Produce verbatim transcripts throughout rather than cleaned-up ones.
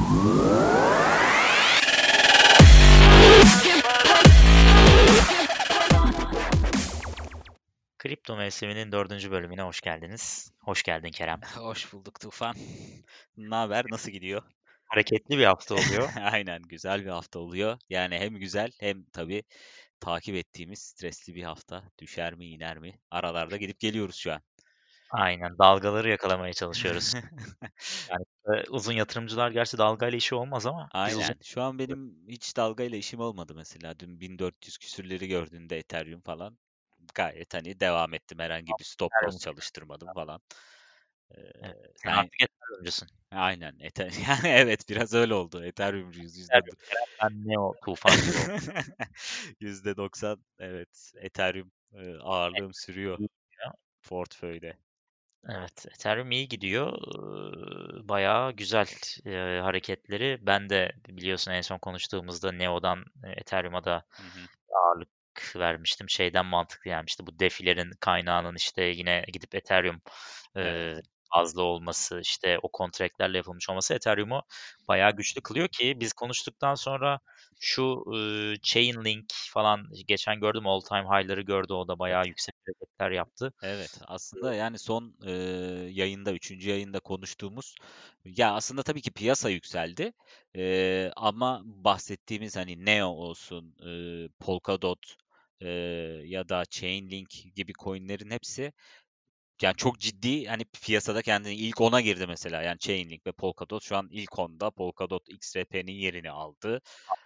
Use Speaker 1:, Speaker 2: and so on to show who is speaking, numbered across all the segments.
Speaker 1: Kripto mevsiminin dördüncü bölümüne hoş geldiniz. Hoş geldin Kerem.
Speaker 2: Hoş bulduk Tufan. Ne haber? Nasıl gidiyor?
Speaker 1: Hareketli bir hafta oluyor.
Speaker 2: Aynen güzel bir hafta oluyor. Yani hem güzel hem tabii takip ettiğimiz stresli bir hafta. Düşer mi iner mi? Aralarda gidip geliyoruz şu an.
Speaker 1: Aynen dalgaları yakalamaya çalışıyoruz. Yani e, uzun yatırımcılar gerçi dalgayla işi olmaz ama biz uzun
Speaker 2: Aynen. Şu an benim hiç dalgayla işim olmadı mesela. Dün bin dört yüz küsürleri gördüğünde Ethereum falan gayet hani devam ettim. Herhangi bir stop loss
Speaker 1: Ethereum.
Speaker 2: çalıştırmadım falan. Ee,
Speaker 1: Evet, sen
Speaker 2: sen
Speaker 1: artık Ethereum'cusun.
Speaker 2: aynen Ether yani evet biraz öyle oldu. Ethereum'cuyuz yüzde
Speaker 1: Ethereum Kerem, ben Neo tufancı oldum.
Speaker 2: yüzde doksan evet Ethereum e, ağırlığım sürüyor
Speaker 1: İyi gidiyor.
Speaker 2: portföyde.
Speaker 1: Evet, Ethereum iyi gidiyor. Ee, Bayağı güzel e, hareketleri. Ben de biliyorsun en son konuştuğumuzda Neo'dan e, Ethereum'a da
Speaker 2: Hı hı.
Speaker 1: ağırlık vermiştim. Şeyden mantıklı gelmişti. Bu defilerin kaynağının işte yine gidip Ethereum e,
Speaker 2: Evet.
Speaker 1: bazlı olması, işte o kontratlerle yapılmış olması Ethereum'u bayağı güçlü kılıyor ki biz konuştuktan sonra şu e, Chainlink falan geçen gördüm, all time high'ları gördü. O da bayağı yüksek hareketler yaptı.
Speaker 2: Evet. Aslında yani son e, yayında, üçüncü yayında konuştuğumuz ya aslında tabii ki piyasa yükseldi. E, ama bahsettiğimiz hani Neo olsun, e, Polkadot e, ya da Chainlink gibi coinlerin hepsi yani çok ciddi hani piyasada kendini ilk ona girdi mesela. Yani Chainlink ve Polkadot şu an ilk onda. Polkadot X R P'nin yerini aldı.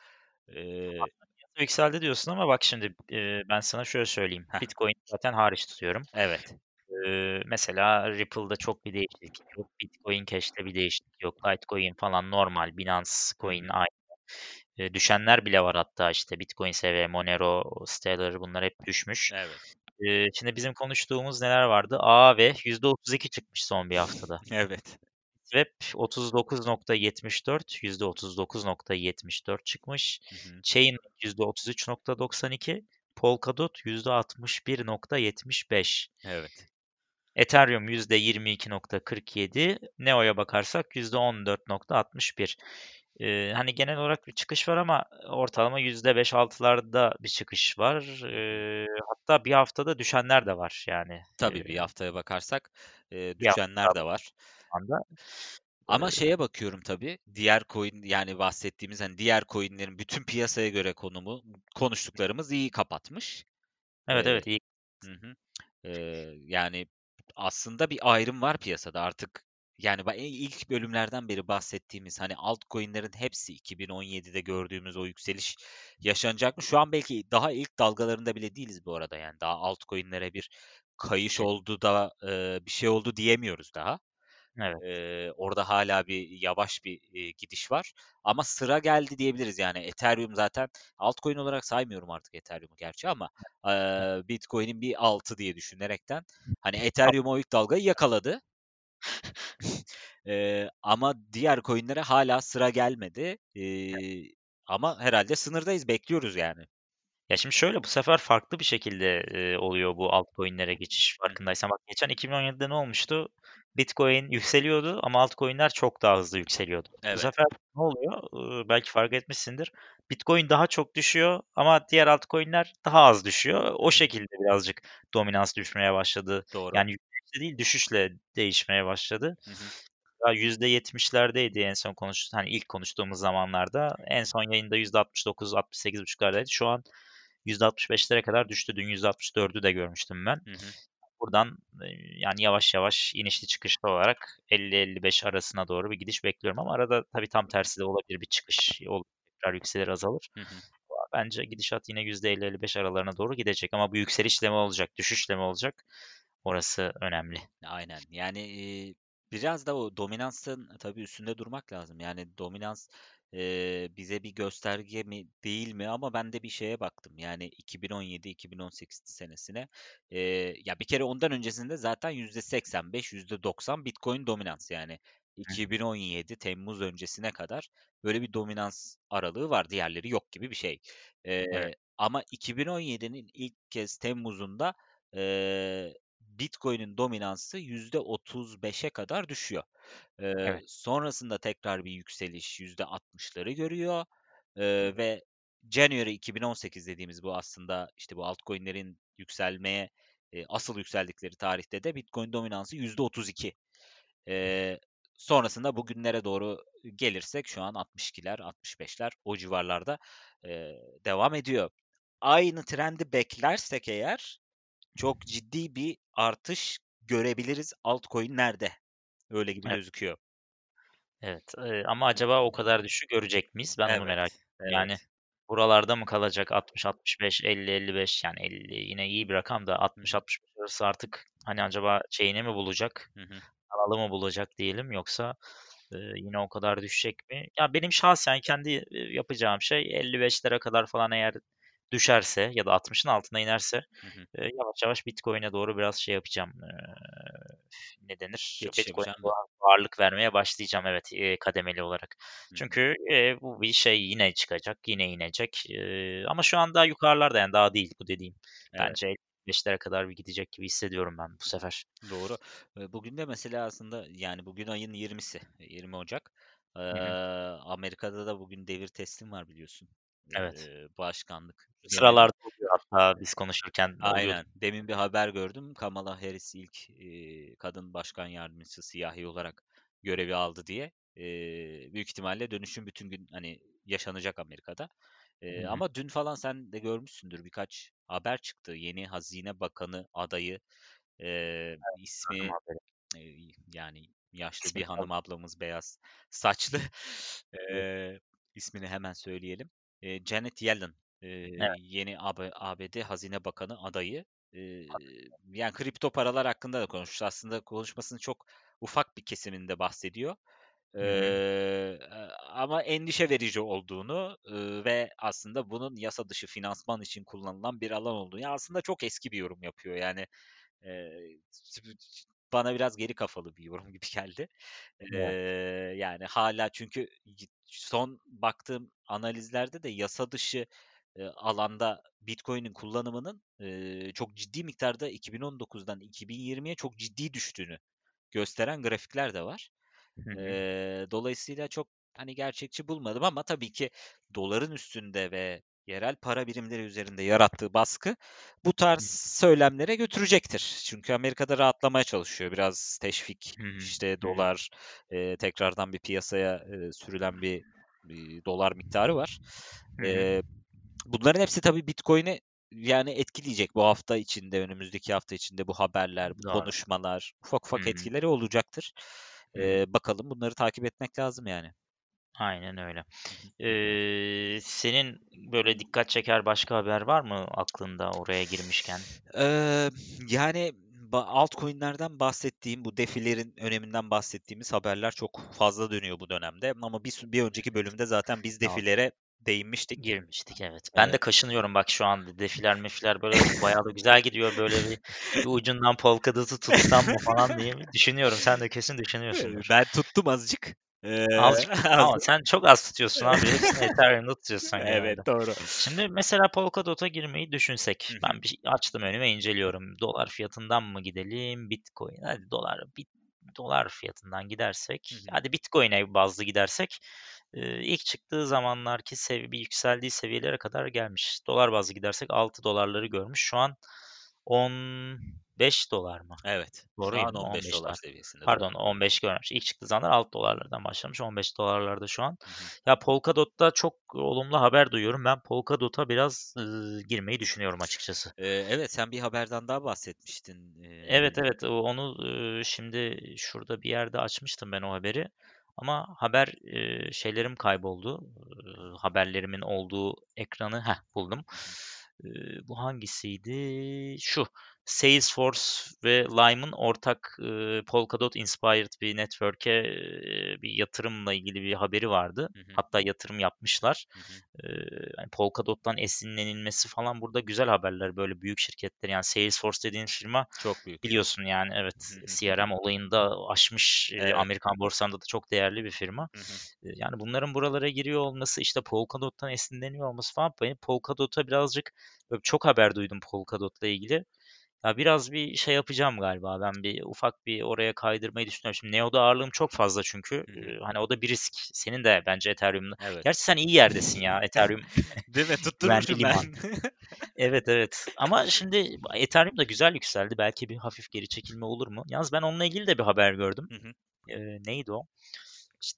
Speaker 2: Ee,
Speaker 1: Yükseldi diyorsun ama bak şimdi e, ben sana şöyle söyleyeyim.
Speaker 2: heh,
Speaker 1: Bitcoin zaten hariç tutuyorum.
Speaker 2: evet.
Speaker 1: Ee, mesela Ripple'da çok bir değişiklik yok. Bitcoin Cash'te bir değişiklik yok. Litecoin falan normal. Binance
Speaker 2: Hı
Speaker 1: Coin
Speaker 2: hı,
Speaker 1: aynı. Ee, düşenler bile var hatta, işte Bitcoin S V, Monero, Stellar, bunlar hep düşmüş.
Speaker 2: evet.
Speaker 1: Ee, şimdi bizim konuştuğumuz neler vardı? A ve yüzde otuz iki çıkmış son bir haftada.
Speaker 2: Evet.
Speaker 1: Swap otuz dokuz nokta yetmiş dört, yüzde otuz dokuz nokta yetmiş dört çıkmış.
Speaker 2: Hı hı,
Speaker 1: Chainlink yüzde otuz üç nokta doksan iki, Polkadot yüzde altmış bir nokta yetmiş beş.
Speaker 2: evet.
Speaker 1: Ethereum yüzde yirmi iki nokta kırk yedi, Neo'ya bakarsak yüzde on dört nokta altmış bir. Ee, hani genel olarak bir çıkış var ama ortalama yüzde beş altılarda bir çıkış var.
Speaker 2: Hı hı.
Speaker 1: Ee, hatta bir haftada düşenler de var yani. Ee,
Speaker 2: Tabii bir haftaya bakarsak e,
Speaker 1: bir hafta
Speaker 2: düşenler de var.
Speaker 1: anda.
Speaker 2: Ama şeye bakıyorum tabii. Diğer coin yani bahsettiğimiz hani diğer coinlerin bütün piyasaya göre konumu konuştuklarımız iyi kapatmış.
Speaker 1: Evet,
Speaker 2: Ee,
Speaker 1: evet, iyi.
Speaker 2: hı hı. Ee, yani aslında bir ayrım var piyasada artık. Yani ba- ilk bölümlerden beri bahsettiğimiz hani altcoin'lerin hepsi iki bin on yedide gördüğümüz o yükseliş yaşanacak mı? Şu an belki daha ilk dalgalarında bile değiliz bu arada yani daha altcoin'lere bir kayış oldu da e, bir şey oldu diyemiyoruz daha.
Speaker 1: Evet.
Speaker 2: Ee, orada hala bir yavaş bir e, gidiş var. Ama sıra geldi diyebiliriz yani. Ethereum zaten altcoin olarak saymıyorum artık Ethereum'u gerçi ama e, Bitcoin'in bir altı diye düşünerekten hani Ethereum o ilk dalgayı yakaladı. E, ama diğer coin'lere hala sıra gelmedi. E, ama herhalde sınırdayız, bekliyoruz yani.
Speaker 1: Ya şimdi şöyle, bu sefer farklı bir şekilde e, oluyor bu altcoin'lere geçiş,
Speaker 2: Hı hı.
Speaker 1: farkındaysan. Bak geçen iki bin on yedide ne olmuştu? Bitcoin yükseliyordu ama altcoin'ler çok daha hızlı yükseliyordu. Bu
Speaker 2: Evet.
Speaker 1: sefer ne oluyor? Ee, belki fark etmişsindir. Bitcoin daha çok düşüyor ama diğer altcoin'ler daha az düşüyor.
Speaker 2: Hı
Speaker 1: O
Speaker 2: hı.
Speaker 1: şekilde birazcık dominans düşmeye başladı.
Speaker 2: Doğru.
Speaker 1: Yani yükselişle değil, düşüşle değişmeye başladı.
Speaker 2: Hı hı.
Speaker 1: Ya yüzde yetmişlerdeydi en son konuş hani ilk konuştuğumuz zamanlarda. En son yayında yüzde altmış dokuz altmış sekiz buçuklardaydı. Şu an yüzde altmış beşlere kadar düştü. Dün yüzde altmış dördü de görmüştüm ben.
Speaker 2: Hı hı.
Speaker 1: Buradan e, yani yavaş yavaş inişli çıkışlı olarak elli elli beş arasına doğru bir gidiş bekliyorum ama arada tabii tam tersi de olabilir, bir çıkış olur. Tekrar yükselir, azalır.
Speaker 2: Hı hı.
Speaker 1: Bence gidişat yine yüzde elli elli beş aralarına doğru gidecek ama bu yükselişle mi olacak, düşüşle mi olacak? Orası önemli.
Speaker 2: Aynen. Yani, eee, biraz da o dominansın tabii üstünde durmak lazım. Yani dominans, eee, bize bir gösterge mi değil mi ama ben de bir şeye baktım. Yani iki bin on yedi-iki bin on sekiz senesine. Eee, ya bir kere ondan öncesinde zaten yüzde seksen beş, yüzde doksan Bitcoin dominans. Yani
Speaker 1: Hı,
Speaker 2: iki bin on yedi Temmuz öncesine kadar böyle bir dominans aralığı var. Diğerleri yok gibi bir şey.
Speaker 1: evet.
Speaker 2: Eee, ama iki bin on yedinin ilk kez Temmuz'unda, eee Bitcoin'in dominansı yüzde otuz beşe kadar düşüyor. Eee,
Speaker 1: Evet.
Speaker 2: sonrasında tekrar bir yükseliş yüzde altmışları görüyor. Eee, ve January iki bin on sekiz dediğimiz bu aslında işte bu altcoin'lerin yükselmeye eee, asıl yükseldikleri tarihte de Bitcoin dominansı yüzde otuz iki. Eee, sonrasında bugünlere doğru gelirsek şu an altmış ikiler, altmış beşler o civarlarda eee, devam ediyor. Aynı trendi beklersek eğer çok ciddi bir artış görebiliriz altcoin'lerde. Öyle gibi
Speaker 1: Evet.
Speaker 2: gözüküyor.
Speaker 1: Evet, eee, ama acaba o kadar düşüşü görecek miyiz? Ben onu merak
Speaker 2: Evet,
Speaker 1: ediyorum. Yani
Speaker 2: evet.
Speaker 1: buralarda mı kalacak altmış altmış beş, elli elli beş yani elli yine iyi bir rakam da
Speaker 2: Hı hı.
Speaker 1: altmış altmış beş arası artık hani acaba şeyini mi bulacak,
Speaker 2: Hı hı.
Speaker 1: kanalı mı bulacak diyelim yoksa, eee, yine o kadar düşecek mi? Ya benim şahsen kendi, eee, yapacağım şey elli beşlere kadar falan eğer düşerse ya da altmışın altına inerse,
Speaker 2: Hı hı.
Speaker 1: eee, yavaş yavaş Bitcoin'e doğru biraz şey yapacağım, eee, ne denir?
Speaker 2: Geçiş
Speaker 1: Bitcoin'e
Speaker 2: yapacağım
Speaker 1: doğru
Speaker 2: mı?
Speaker 1: ağırlık vermeye başlayacağım evet, eee, kademeli olarak.
Speaker 2: Hı hı.
Speaker 1: Çünkü, eee, bu bir şey yine çıkacak, yine inecek, eee, ama şu an daha yukarılarda yani daha değil bu dediğim.
Speaker 2: Evet,
Speaker 1: Bence elli beşlere kadar bir gidecek gibi hissediyorum ben bu sefer.
Speaker 2: doğru. Eee, bugün de mesela aslında yani bugün ayın yirmisi, yirmi Ocak. Eee,
Speaker 1: Hı hı.
Speaker 2: Amerika'da da bugün devir teslim var biliyorsun.
Speaker 1: Evet.
Speaker 2: Eee, başkanlık
Speaker 1: Şu
Speaker 2: dönemi.
Speaker 1: sıralarda oluyor hatta biz konuşurken oluyordu.
Speaker 2: Aynen. Demin bir haber gördüm. Kamala Harris ilk eee, kadın başkan yardımcısı siyahi olarak görevi aldı diye. Eee, büyük ihtimalle dönüşüm bütün gün hani yaşanacak Amerika'da.
Speaker 1: Hı
Speaker 2: Eee,
Speaker 1: hı.
Speaker 2: ama dün falan sen de görmüşsündür birkaç haber çıktı. Yeni Hazine Bakanı adayı eee,
Speaker 1: Gördüm
Speaker 2: ismi
Speaker 1: haberi.
Speaker 2: eee, yani yaşlı bir
Speaker 1: İsmini al
Speaker 2: hanım ablamız beyaz saçlı.
Speaker 1: Evet.
Speaker 2: Eee, ismini hemen söyleyelim. Eee, Janet Yellen eee,
Speaker 1: Evet.
Speaker 2: yeni A B A B D Hazine Bakanı adayı. Eee, yani kripto paralar hakkında da konuştu. Aslında konuşmasının çok ufak bir kesiminde bahsediyor.
Speaker 1: Hı hı.
Speaker 2: Eee, ama endişe verici olduğunu eee, ve aslında bunun yasa dışı finansman için kullanılan bir alan olduğunu. Ya aslında çok eski bir yorum yapıyor. Yani eee, bana biraz geri kafalı bir yorum gibi geldi. Eee,
Speaker 1: Evet.
Speaker 2: yani hala çünkü son baktığım analizlerde de yasa dışı eee, alanda Bitcoin'in kullanımının eee, çok ciddi miktarda iki bin on dokuzdan iki bin yirmiye çok ciddi düştüğünü gösteren grafikler de var.
Speaker 1: Hı hı.
Speaker 2: Eee, dolayısıyla çok hani gerçekçi bulmadım ama tabii ki doların üstünde ve yerel para birimleri üzerinde yarattığı baskı bu tarz
Speaker 1: Hı
Speaker 2: söylemlere götürecektir. Çünkü Amerika'da rahatlamaya çalışıyor. Biraz teşvik,
Speaker 1: hı.
Speaker 2: işte
Speaker 1: Hı hı.
Speaker 2: dolar, eee, tekrardan bir piyasaya eee, sürülen bir, bir dolar miktarı var.
Speaker 1: Hı hı.
Speaker 2: Eee, bunların hepsi tabii Bitcoin'i yani etkileyecek bu hafta içinde, önümüzdeki hafta içinde bu haberler, bu
Speaker 1: Doğru.
Speaker 2: konuşmalar ufak
Speaker 1: Hı
Speaker 2: ufak
Speaker 1: hı.
Speaker 2: etkileri olacaktır.
Speaker 1: Hı hı.
Speaker 2: Eee, bakalım bunları takip etmek lazım yani.
Speaker 1: Aynen öyle.
Speaker 2: Hı hı.
Speaker 1: Eee, senin böyle dikkat çeker başka haber var mı aklında oraya girmişken?
Speaker 2: Eee, yani ba altcoin'lerden bahsettiğim, bu defilerin öneminden bahsettiğimiz haberler çok fazla dönüyor bu dönemde ama bir bir önceki bölümde zaten biz
Speaker 1: Ya,
Speaker 2: defilere değinmiştik.
Speaker 1: girmiştik evet. Ben de
Speaker 2: Evet.
Speaker 1: kaşınıyorum bak şu an defiler mefiler böyle bayağı da güzel gidiyor. Böyle bir, bir ucundan Polkadot'u tutsam mı falan diye bir düşünüyorum. Sen de kesin
Speaker 2: Eee,
Speaker 1: düşünüyorsundur.
Speaker 2: ben tuttum azıcık. Eee,
Speaker 1: Azıcık tuttun
Speaker 2: az
Speaker 1: ama sen çok az tutuyorsun abi. Hepsini Ethereum'da tutuyorsun genelde.
Speaker 2: Evet, doğru.
Speaker 1: Şimdi mesela Polkadot'a girmeyi düşünsek,
Speaker 2: Hı hı.
Speaker 1: ben bir açtım önüme inceliyorum. Dolar fiyatından mı gidelim, Bitcoin? Hadi dolar, bit, dolar fiyatından
Speaker 2: Hı
Speaker 1: gidersek,
Speaker 2: hı.
Speaker 1: hadi Bitcoin'e bazlı gidersek, e, ilk çıktığı zamanlarki sevi bir yükseldiği seviyelere kadar gelmiş. Dolar bazlı gidersek altı dolarları görmüş. Şu an on beş dolar mı?
Speaker 2: Evet. Şu
Speaker 1: Doğruyum
Speaker 2: an
Speaker 1: değil mi?
Speaker 2: on beş
Speaker 1: on beş
Speaker 2: dolar
Speaker 1: dolar.
Speaker 2: seviyesinde, doğru.
Speaker 1: Pardon on beş görmemiş. İlk çıktığı zamanlar altı dolarlardan başlamış. on beş dolarlarda şu an.
Speaker 2: Hı hı.
Speaker 1: Ya Polkadot'ta çok olumlu haber duyuyorum. Ben Polkadot'a biraz ııı, girmeyi düşünüyorum açıkçası.
Speaker 2: Eee, evet, sen bir haberden daha bahsetmiştin.
Speaker 1: Evet,
Speaker 2: Eee
Speaker 1: evet, o onu, ııı, şimdi şurada bir yerde açmıştım ben o haberi ama haber, eee, şeylerim kayboldu. Iıı, haberlerimin olduğu ekranı, heh, buldum.
Speaker 2: Hı hı.
Speaker 1: Eee, bu hangisiydi? Şu, Salesforce ve Lime'ın ortak, ııı, Polkadot inspired bir network'e, eee, bir yatırımla ilgili bir haberi vardı.
Speaker 2: Hı hı.
Speaker 1: Hatta yatırım yapmışlar.
Speaker 2: Hı hı.
Speaker 1: Eee, hani Polkadot'tan esinlenilmesi falan burada güzel haberler. Böyle büyük şirketler yani Salesforce dediğin firma
Speaker 2: Çok büyük.
Speaker 1: biliyorsun yani evet
Speaker 2: Hı hı. Hı
Speaker 1: C R M
Speaker 2: hı.
Speaker 1: olayında aşmış, eee,
Speaker 2: Evet.
Speaker 1: Amerikan borsasında da çok değerli bir firma.
Speaker 2: Hı hı.
Speaker 1: Eee, yani bunların buralara giriyor olması, işte Polkadot'tan esinleniyor olması falan beni Polkadot'a birazcık böyle çok haber duydum Polkadot'la ilgili. Ya biraz bir şey yapacağım galiba. Ben bir ufak bir oraya kaydırmayı düşünüyorum. Şimdi Neo'da ağırlığım çok fazla çünkü.
Speaker 2: Hı hı.
Speaker 1: Ee, hani o da bir risk. Senin de bence Ethereum'da.
Speaker 2: Evet.
Speaker 1: Gerçi sen iyi yerdesin ya. Ethereum
Speaker 2: Değil mi?
Speaker 1: güvenli
Speaker 2: Tutturmuşum ben.
Speaker 1: liman. Evet, evet. Ama şimdi Ethereum da güzel yükseldi. Belki bir hafif geri çekilme olur mu? Yalnız ben onunla ilgili de bir haber gördüm.
Speaker 2: Hı hı.
Speaker 1: Ee, neydi o? İşte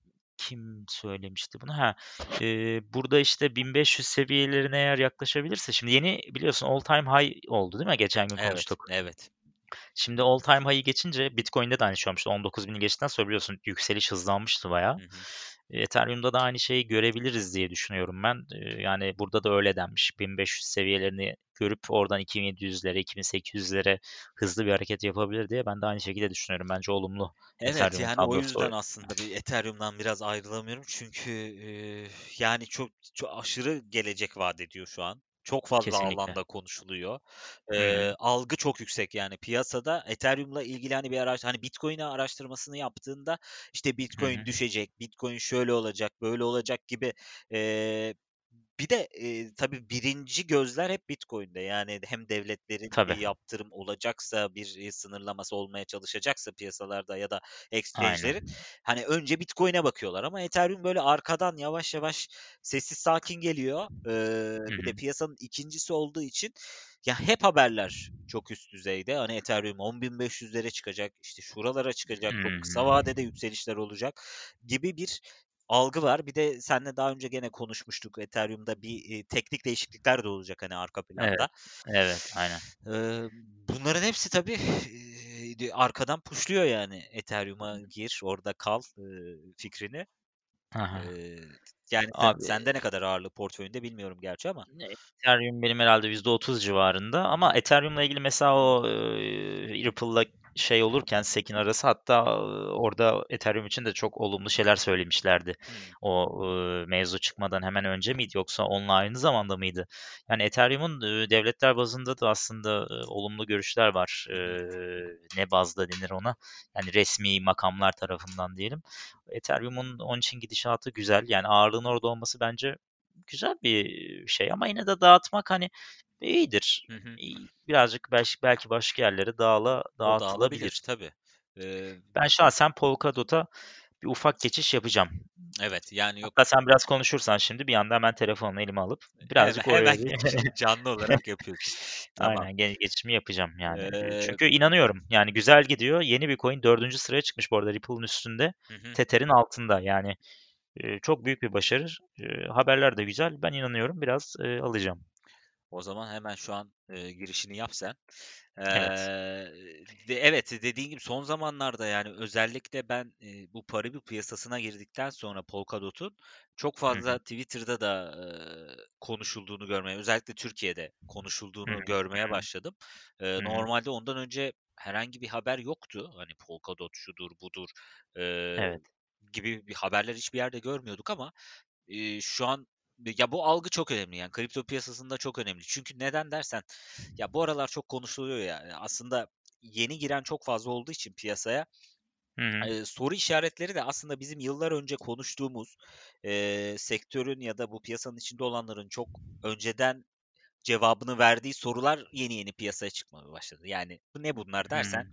Speaker 1: kim söylemişti bunu? Ha, e, burada işte bin beş yüz seviyelerine eğer yaklaşabilirse. Şimdi yeni biliyorsun all time high oldu değil mi? Geçen gün
Speaker 2: Evet,
Speaker 1: konuştuk.
Speaker 2: evet.
Speaker 1: Şimdi all time high'ı geçince Bitcoin'de de aynı şey olmuştu. on dokuz bini geçtikten sonra biliyorsun yükseliş hızlanmıştı bayağı.
Speaker 2: Hı hı.
Speaker 1: E, Ethereum'da da aynı şeyi görebiliriz diye düşünüyorum ben. E, Yani burada da öyle denmiş. bin beş yüz seviyelerini görüp oradan iki bin yedi yüzlere, iki bin sekiz yüzlere hızlı bir hareket yapabilir diye ben de aynı şekilde düşünüyorum. Bence olumlu
Speaker 2: Evet,
Speaker 1: Ethereum'un
Speaker 2: yani o
Speaker 1: tablosu.
Speaker 2: yüzden aslında bir Ethereum'dan biraz ayrılamıyorum. Çünkü eee, yani çok, çok aşırı gelecek vaat ediyor şu an. Çok fazla
Speaker 1: Kesinlikle.
Speaker 2: alanda konuşuluyor.
Speaker 1: Hı hı.
Speaker 2: Eee, algı çok yüksek yani piyasada. Ethereum'la ilgili hani bir araç, hani Bitcoin'i araştırmasını yaptığında işte
Speaker 1: Hı hı.
Speaker 2: Bitcoin düşecek, Bitcoin şöyle olacak, böyle olacak gibi eee, bir de, eee, tabii birinci gözler hep Bitcoin'de. Yani hem devletlerin bir
Speaker 1: Tabii.
Speaker 2: yaptırım olacaksa, bir, eee, sınırlaması olmaya çalışacaksa piyasalarda ya da
Speaker 1: Aynen.
Speaker 2: exchange'lerin, hani, önce Bitcoin'e bakıyorlar ama Ethereum böyle arkadan yavaş yavaş sessiz sakin geliyor. Eee,
Speaker 1: Hı
Speaker 2: bir
Speaker 1: hı.
Speaker 2: de piyasanın ikincisi olduğu için ya hep haberler çok üst düzeyde. Hani Ethereum on bin beş yüzlere çıkacak, işte şuralara çıkacak,
Speaker 1: Hı
Speaker 2: çok kısa
Speaker 1: hı.
Speaker 2: vadede yükselişler olacak gibi bir algı var. Bir de seninle daha önce gene konuşmuştuk. Ethereum'da bir, eee, teknik değişiklikler de olacak, hani, arka
Speaker 1: Evet.
Speaker 2: planda.
Speaker 1: Evet. Aynen.
Speaker 2: Eee, bunların hepsi tabii, eee, de arkadan push'luyor yani. Ethereum'a gir, orada kal, eee, fikrini.
Speaker 1: Hı hı.
Speaker 2: Eee, yani sen
Speaker 1: Abi
Speaker 2: sende ne kadar ağırlık portföyünde bilmiyorum gerçi ama.
Speaker 1: Ethereum benim herhalde yüzde otuz civarında
Speaker 2: Hı hı.
Speaker 1: ama Ethereum'la ilgili mesela o eee, Ripple'la şey olurken Sekin arası hatta eee, orada Ethereum için de çok olumlu şeyler söylemişlerdi.
Speaker 2: Hımm.
Speaker 1: O eee, mevzu çıkmadan hemen önce miydi yoksa onunla aynı zamanda mıydı? Yani Ethereum'un eee, devletler bazında da aslında eee, olumlu görüşler var.
Speaker 2: Hı hı.
Speaker 1: Eee, ne bazda denir ona? Yani resmi makamlar tarafından diyelim. Ethereum'un onun için gidişatı güzel. Yani ağırlığın orada olması bence güzel bir şey ama yine de dağıtmak hani iyidir.
Speaker 2: Hı hı.
Speaker 1: İyi, birazcık belki belki başka yerlere dağıla
Speaker 2: O dağılabilir
Speaker 1: dağıtılabilir.
Speaker 2: tabii. Eee,
Speaker 1: Ben şahsen Polkadot'a bir ufak geçiş yapacağım.
Speaker 2: evet, yani yok.
Speaker 1: Hatta sen biraz konuşursan şimdi bir anda hemen telefonumu elime alıp
Speaker 2: Hemen
Speaker 1: birazcık
Speaker 2: hemen
Speaker 1: oraya bir
Speaker 2: geçişini canlı olarak yapıyorsun. Tamam.
Speaker 1: aynen ge geçişimi yapacağım yani.
Speaker 2: Eee
Speaker 1: Çünkü inanıyorum. Yani güzel gidiyor. Yeni bir coin dördüncü sıraya çıkmış bu arada Ripple'ın üstünde.
Speaker 2: Hı hı.
Speaker 1: Tether'in altında. Yani e, çok büyük bir başarı. E, haberler de güzel. Ben inanıyorum. Biraz e, alacağım.
Speaker 2: O zaman hemen şu an, eee, girişini yap sen.
Speaker 1: Evet.
Speaker 2: Eee, de evet, dediğin gibi son zamanlarda, yani, özellikle ben, eee, bu Paribu piyasasına girdikten sonra Polkadot'un çok
Speaker 1: Hı hı.
Speaker 2: fazla Twitter'da da, eee, konuşulduğunu görmeye, özellikle Türkiye'de
Speaker 1: Hı
Speaker 2: konuşulduğunu
Speaker 1: hı.
Speaker 2: görmeye başladım. Eee,
Speaker 1: Hı hı.
Speaker 2: normalde ondan önce herhangi bir haber yoktu. Hani, Polkadot şudur budur, eee,
Speaker 1: Evet.
Speaker 2: gibi bir haberler hiçbir yerde görmüyorduk ama Eee, şu an ya, bu algı çok önemli, yani, kripto piyasasında çok önemli. Çünkü neden dersen, ya, bu aralar çok konuşuluyor ya, e, aslında yeni giren çok fazla olduğu için piyasaya,
Speaker 1: Hı hı.
Speaker 2: eee, soru işaretleri de aslında bizim yıllar önce konuştuğumuz, eee, sektörün ya da bu piyasanın içinde olanların çok önceden cevabını verdiği sorular yeni yeni piyasaya çıkmaya başladı. Yani, bu ne bunlar
Speaker 1: Hı hı.
Speaker 2: dersen,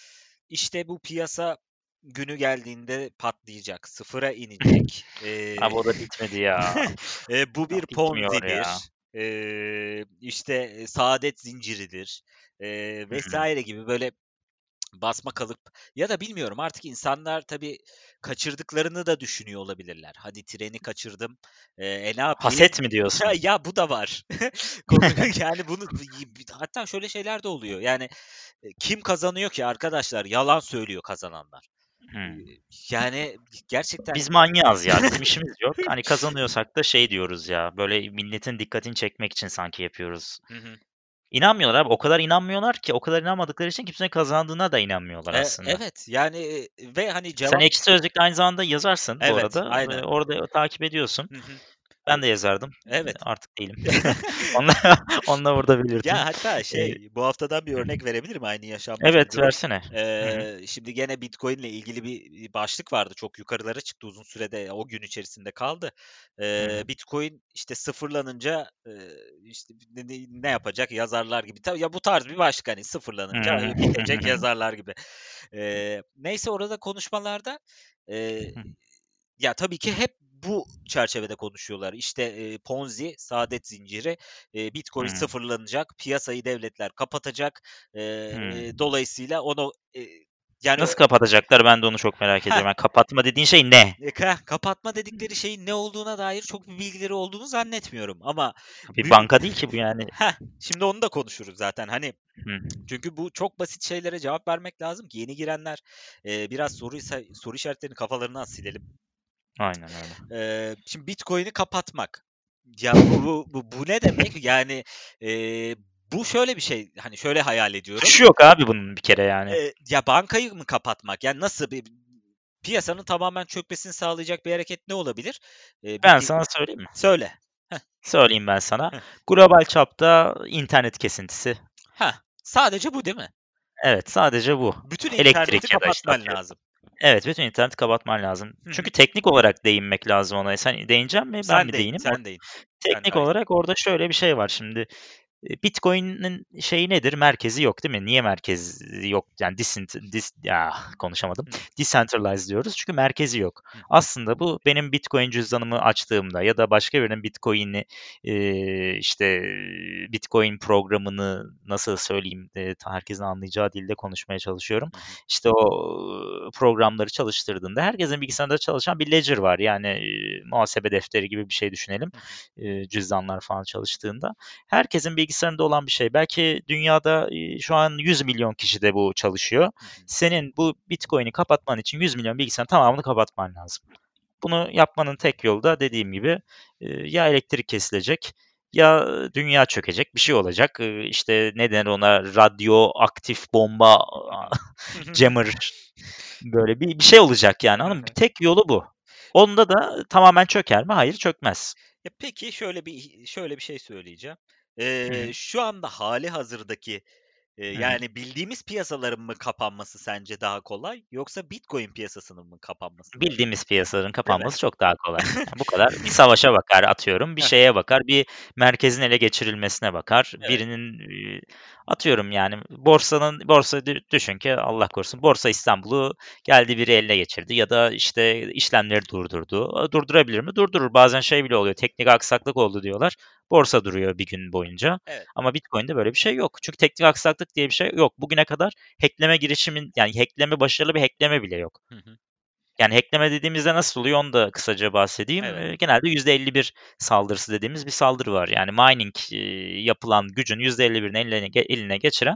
Speaker 2: işte, bu piyasa günü geldiğinde patlayacak, sıfıra inecek. Eee,
Speaker 1: Abi o da bitmedi ya.
Speaker 2: eee, bu
Speaker 1: Ya
Speaker 2: bir
Speaker 1: bitmiyor ya.
Speaker 2: Ponzi'dir. Eee, işte, eee, saadet zinciridir, eee,
Speaker 1: Hı hı.
Speaker 2: vesaire gibi böyle basma kalıp ya da bilmiyorum artık insanlar tabii kaçırdıklarını da düşünüyor olabilirler. Hadi treni kaçırdım, eee, e, ne yapayım?
Speaker 1: Haset mi diyorsun?
Speaker 2: Ya bu da var. Konu yani bunu hatta şöyle şeyler de oluyor. Yani, eee, kim kazanıyor ki arkadaşlar? Yalan söylüyor kazananlar.
Speaker 1: Hımm.
Speaker 2: Eee, yani gerçekten.
Speaker 1: Biz manyağız ya. Bizim işimiz yok. Hani kazanıyorsak da şey diyoruz ya, böyle milletin dikkatini çekmek için sanki yapıyoruz.
Speaker 2: Hı hı.
Speaker 1: İnanmıyorlar abi. O kadar inanmıyorlar ki, o kadar inanmadıkları için kimsenin kazandığına da inanmıyorlar
Speaker 2: E
Speaker 1: aslında.
Speaker 2: evet, yani, eee, ve hani
Speaker 1: Sen
Speaker 2: cevap.
Speaker 1: Ekşi Sözlük'te aynı zamanda yazarsın bu
Speaker 2: Evet,
Speaker 1: arada. Eee,
Speaker 2: aynen.
Speaker 1: orada takip ediyorsun.
Speaker 2: Hı hı.
Speaker 1: Ben de yazardım. Eee,
Speaker 2: Evet.
Speaker 1: artık değilim. Onu onu da burada belirteyim.
Speaker 2: Ya, hatta
Speaker 1: Eee
Speaker 2: şey, bu haftadan bir örnek verebilirim, aynı yaşanmış bir
Speaker 1: Evet,
Speaker 2: durum.
Speaker 1: versene. Hı hı.
Speaker 2: Eee, şimdi gene Bitcoin'le ilgili bir, iii, başlık vardı. Çok yukarılara çıktı, uzun sürede o gün içerisinde kaldı.
Speaker 1: Hı
Speaker 2: Eee,
Speaker 1: hı.
Speaker 2: Bitcoin, işte, sıfırlanınca, eee, işte, ne ne ne yapacak yazarlar gibi. Tabii ya, bu tarz bir başlık, hani,
Speaker 1: Hı
Speaker 2: sıfırlanınca,
Speaker 1: hı.
Speaker 2: eee, bitecek yazarlar gibi. Eee, neyse orada konuşmalarda, eee,
Speaker 1: Hı.
Speaker 2: ya, tabii ki hep bu çerçevede konuşuyorlar. İşte, eee, Ponzi, saadet zinciri, eee, Bitcoin
Speaker 1: Hıı.
Speaker 2: sıfırlanacak, piyasayı devletler kapatacak.
Speaker 1: Hıı.
Speaker 2: Eee, dolayısıyla onu, eee, yani o
Speaker 1: Nasıl kapatacaklar? Ben de onu çok merak
Speaker 2: Heh,
Speaker 1: ediyorum. Yani kapatma dediğin şey ne?
Speaker 2: eee, kah kapatma dedikleri şeyin ne olduğuna dair çok bir bilgileri olduğunu zannetmiyorum ama
Speaker 1: Bir
Speaker 2: bü
Speaker 1: banka değil ki bu yani.
Speaker 2: Heh, şimdi onu da konuşuruz zaten. Hani,
Speaker 1: Hı.
Speaker 2: çünkü bu çok basit şeylere cevap vermek lazım ki yeni girenler, eee, biraz soru ise soru işaretlerini kafalarından silelim.
Speaker 1: Aynen öyle.
Speaker 2: Eee, şimdi Bitcoin'i kapatmak. Ya, bu bu bu bu ne demek? Yani, eee, bu şöyle bir şey, hani, şöyle hayal ediyorum.
Speaker 1: Tuşu yok abi bunun bir kere yani.
Speaker 2: Eee, ya, bankayı mı kapatmak? Yani, nasıl bir piyasanın tamamen çökmesini sağlayacak bir hareket ne olabilir? Eee, bir
Speaker 1: Ben
Speaker 2: pi
Speaker 1: sana söyleyeyim mi?
Speaker 2: Söyle. Heh,
Speaker 1: Söyleyeyim ben sana.
Speaker 2: heh,
Speaker 1: Global çapta internet kesintisi.
Speaker 2: heh. Sadece bu değil mi?
Speaker 1: Evet, sadece bu.
Speaker 2: Bütün interneti
Speaker 1: Elektrik ya da işte
Speaker 2: kapatman
Speaker 1: atıyorum.
Speaker 2: lazım.
Speaker 1: Evet, bütün interneti kapatman lazım.
Speaker 2: Hı hı.
Speaker 1: Çünkü teknik olarak değinmek lazım ona. Sen değinecek misin, ben
Speaker 2: Sen
Speaker 1: mi
Speaker 2: deyin,
Speaker 1: değineyim? O
Speaker 2: sen deyin. Sen
Speaker 1: teknik
Speaker 2: daha iyi.
Speaker 1: olarak orada şöyle bir şey var şimdi. Eee, Bitcoin'in şeyi nedir? Merkezi yok, değil mi? Niye merkezi yok? Yani disint dis ya konuşamadım.
Speaker 2: Hı hı.
Speaker 1: Decentralized diyoruz çünkü merkezi yok.
Speaker 2: Hı hı.
Speaker 1: Aslında bu benim Bitcoin cüzdanımı açtığımda ya da başka birinin Bitcoin'i, eee, işte, Bitcoin programını nasıl söyleyeyim, eee, ta herkesin anlayacağı dilde konuşmaya çalışıyorum.
Speaker 2: Hı hı.
Speaker 1: İşte o programları çalıştırdığında herkesin bilgisayarında çalışan bir ledger var. Yani, eee, muhasebe defteri gibi bir şey düşünelim,
Speaker 2: Hı hı.
Speaker 1: eee, cüzdanlar falan çalıştığında. Herkesin bilgisayarında olan bir şey. Belki dünyada, eee, şu an yüz milyon kişide bu çalışıyor.
Speaker 2: Hı hı.
Speaker 1: Senin bu Bitcoin'i kapatman için yüz milyon bilgisayarın tamamını kapatman lazım. Bunu yapmanın tek yolu da dediğim gibi, eee, ya elektrik kesilecek ya dünya çökecek, bir şey olacak. Eee, işte, ne denir ona, radyoaktif bomba,
Speaker 2: Hı hı.
Speaker 1: jammer böyle bir bir şey olacak yani,
Speaker 2: Hı
Speaker 1: anladın mı?
Speaker 2: hı.
Speaker 1: Tek yolu bu. Onda da tamamen çöker mi? Hayır, çökmez.
Speaker 2: Ya, peki şöyle bir şöyle bir şey söyleyeceğim.
Speaker 1: Hı
Speaker 2: Eee,
Speaker 1: hı.
Speaker 2: şu anda hâlihazırdaki, eee,
Speaker 1: Hı hı.
Speaker 2: yani bildiğimiz piyasaların mı kapanması sence daha kolay yoksa Bitcoin piyasasının mı kapanması daha
Speaker 1: Bildiğimiz piyasaların
Speaker 2: değil mi?
Speaker 1: kapanması çok daha kolay. Yani bu kadar. Bir savaşa bakar atıyorum, bir
Speaker 2: Heh,
Speaker 1: şeye bakar, bir merkezin ele geçirilmesine bakar.
Speaker 2: evet.
Speaker 1: Birinin, eee, atıyorum yani borsanın borsa dü düşün ki Allah korusun Borsa İstanbul'u geldi biri eline geçirdi ya da işte işlemleri durdurdu. A, durdurabilir mi? Durdurur. Bazen şey bile oluyor, teknik aksaklık oldu diyorlar. Borsa duruyor bir gün boyunca.
Speaker 2: Evet.
Speaker 1: Ama Bitcoin'de böyle bir şey yok. Çünkü teknik aksaklık diye bir şey yok. Bugüne kadar hackleme girişimin yani hackleme başarılı bir hackleme bile yok.
Speaker 2: Hı hı.
Speaker 1: Yani hackleme dediğimizde nasıl oluyor onu da kısaca bahsedeyim.
Speaker 2: Evet.
Speaker 1: Eee, genelde yüzde elli bir saldırısı dediğimiz bir saldırı var. Yani mining, eee, yapılan gücün yüzde elli birini eline ge eline geçiren,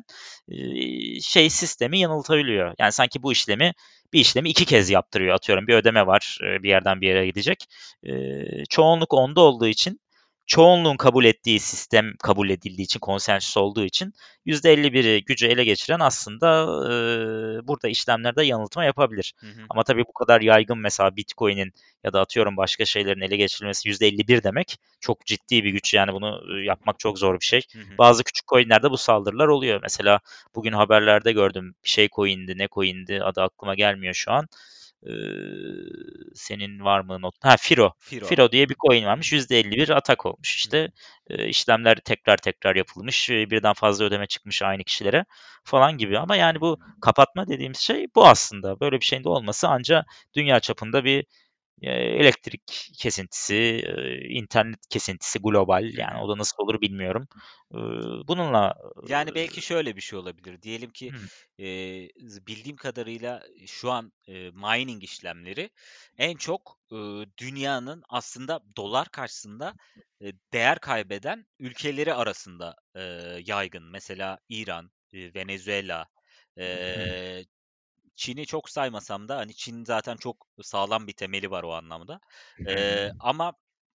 Speaker 1: eee, şey sistemi yanıltabiliyor. Yani sanki bu işlemi bir işlemi iki kez yaptırıyor. Atıyorum bir ödeme var, eee, bir yerden bir yere gidecek. Eee, çoğunluk onda olduğu için, çoğunluğun kabul ettiği sistem kabul edildiği için, konsensüs olduğu için yüzde elli biri gücü ele geçiren aslında, eee, burada işlemlerde yanıltma yapabilir.
Speaker 2: Hı hı.
Speaker 1: Ama tabii bu kadar yaygın mesela Bitcoin'in ya da atıyorum başka şeylerin ele geçirilmesi yüzde elli bir demek çok ciddi bir güç. Yani bunu, ııı, yapmak çok zor bir şey.
Speaker 2: Hı hı.
Speaker 1: Bazı küçük coin'lerde bu saldırılar oluyor. Mesela bugün haberlerde gördüm. Bir şey coin'di, ne coin'di adı aklıma gelmiyor şu an. Iıı, senin var mı not Ha, Firo.
Speaker 2: Firo.
Speaker 1: Firo diye bir coin
Speaker 2: Hı
Speaker 1: varmış.
Speaker 2: hı.
Speaker 1: yüzde elli bir atak olmuş.
Speaker 2: Hı hı.
Speaker 1: İşte, eee, işlemler tekrar tekrar yapılmış. Eee, birden fazla ödeme çıkmış aynı kişilere falan gibi. Ama yani bu kapatma dediğimiz şey bu aslında. Böyle bir şeyin de olması anca dünya çapında bir, eee, elektrik kesintisi, eee, internet kesintisi global
Speaker 2: Hı
Speaker 1: yani
Speaker 2: hı.
Speaker 1: o da nasıl olur bilmiyorum. Iıı, bununla,
Speaker 2: Yani,
Speaker 1: ııı
Speaker 2: belki şöyle bir şey olabilir. Diyelim ki,
Speaker 1: Hı
Speaker 2: eee, z bildiğim kadarıyla şu an, eee, mining işlemleri en çok, ııı, dünyanın aslında dolar karşısında, eee, değer kaybeden ülkeleri arasında, eee, yaygın. Mesela İran, eee, Venezuela,
Speaker 1: hı.
Speaker 2: eee, Çin'i çok saymasam da, hani, Çin zaten çok sağlam bir temeli var o anlamda.
Speaker 1: Hı hı.
Speaker 2: Eee, ama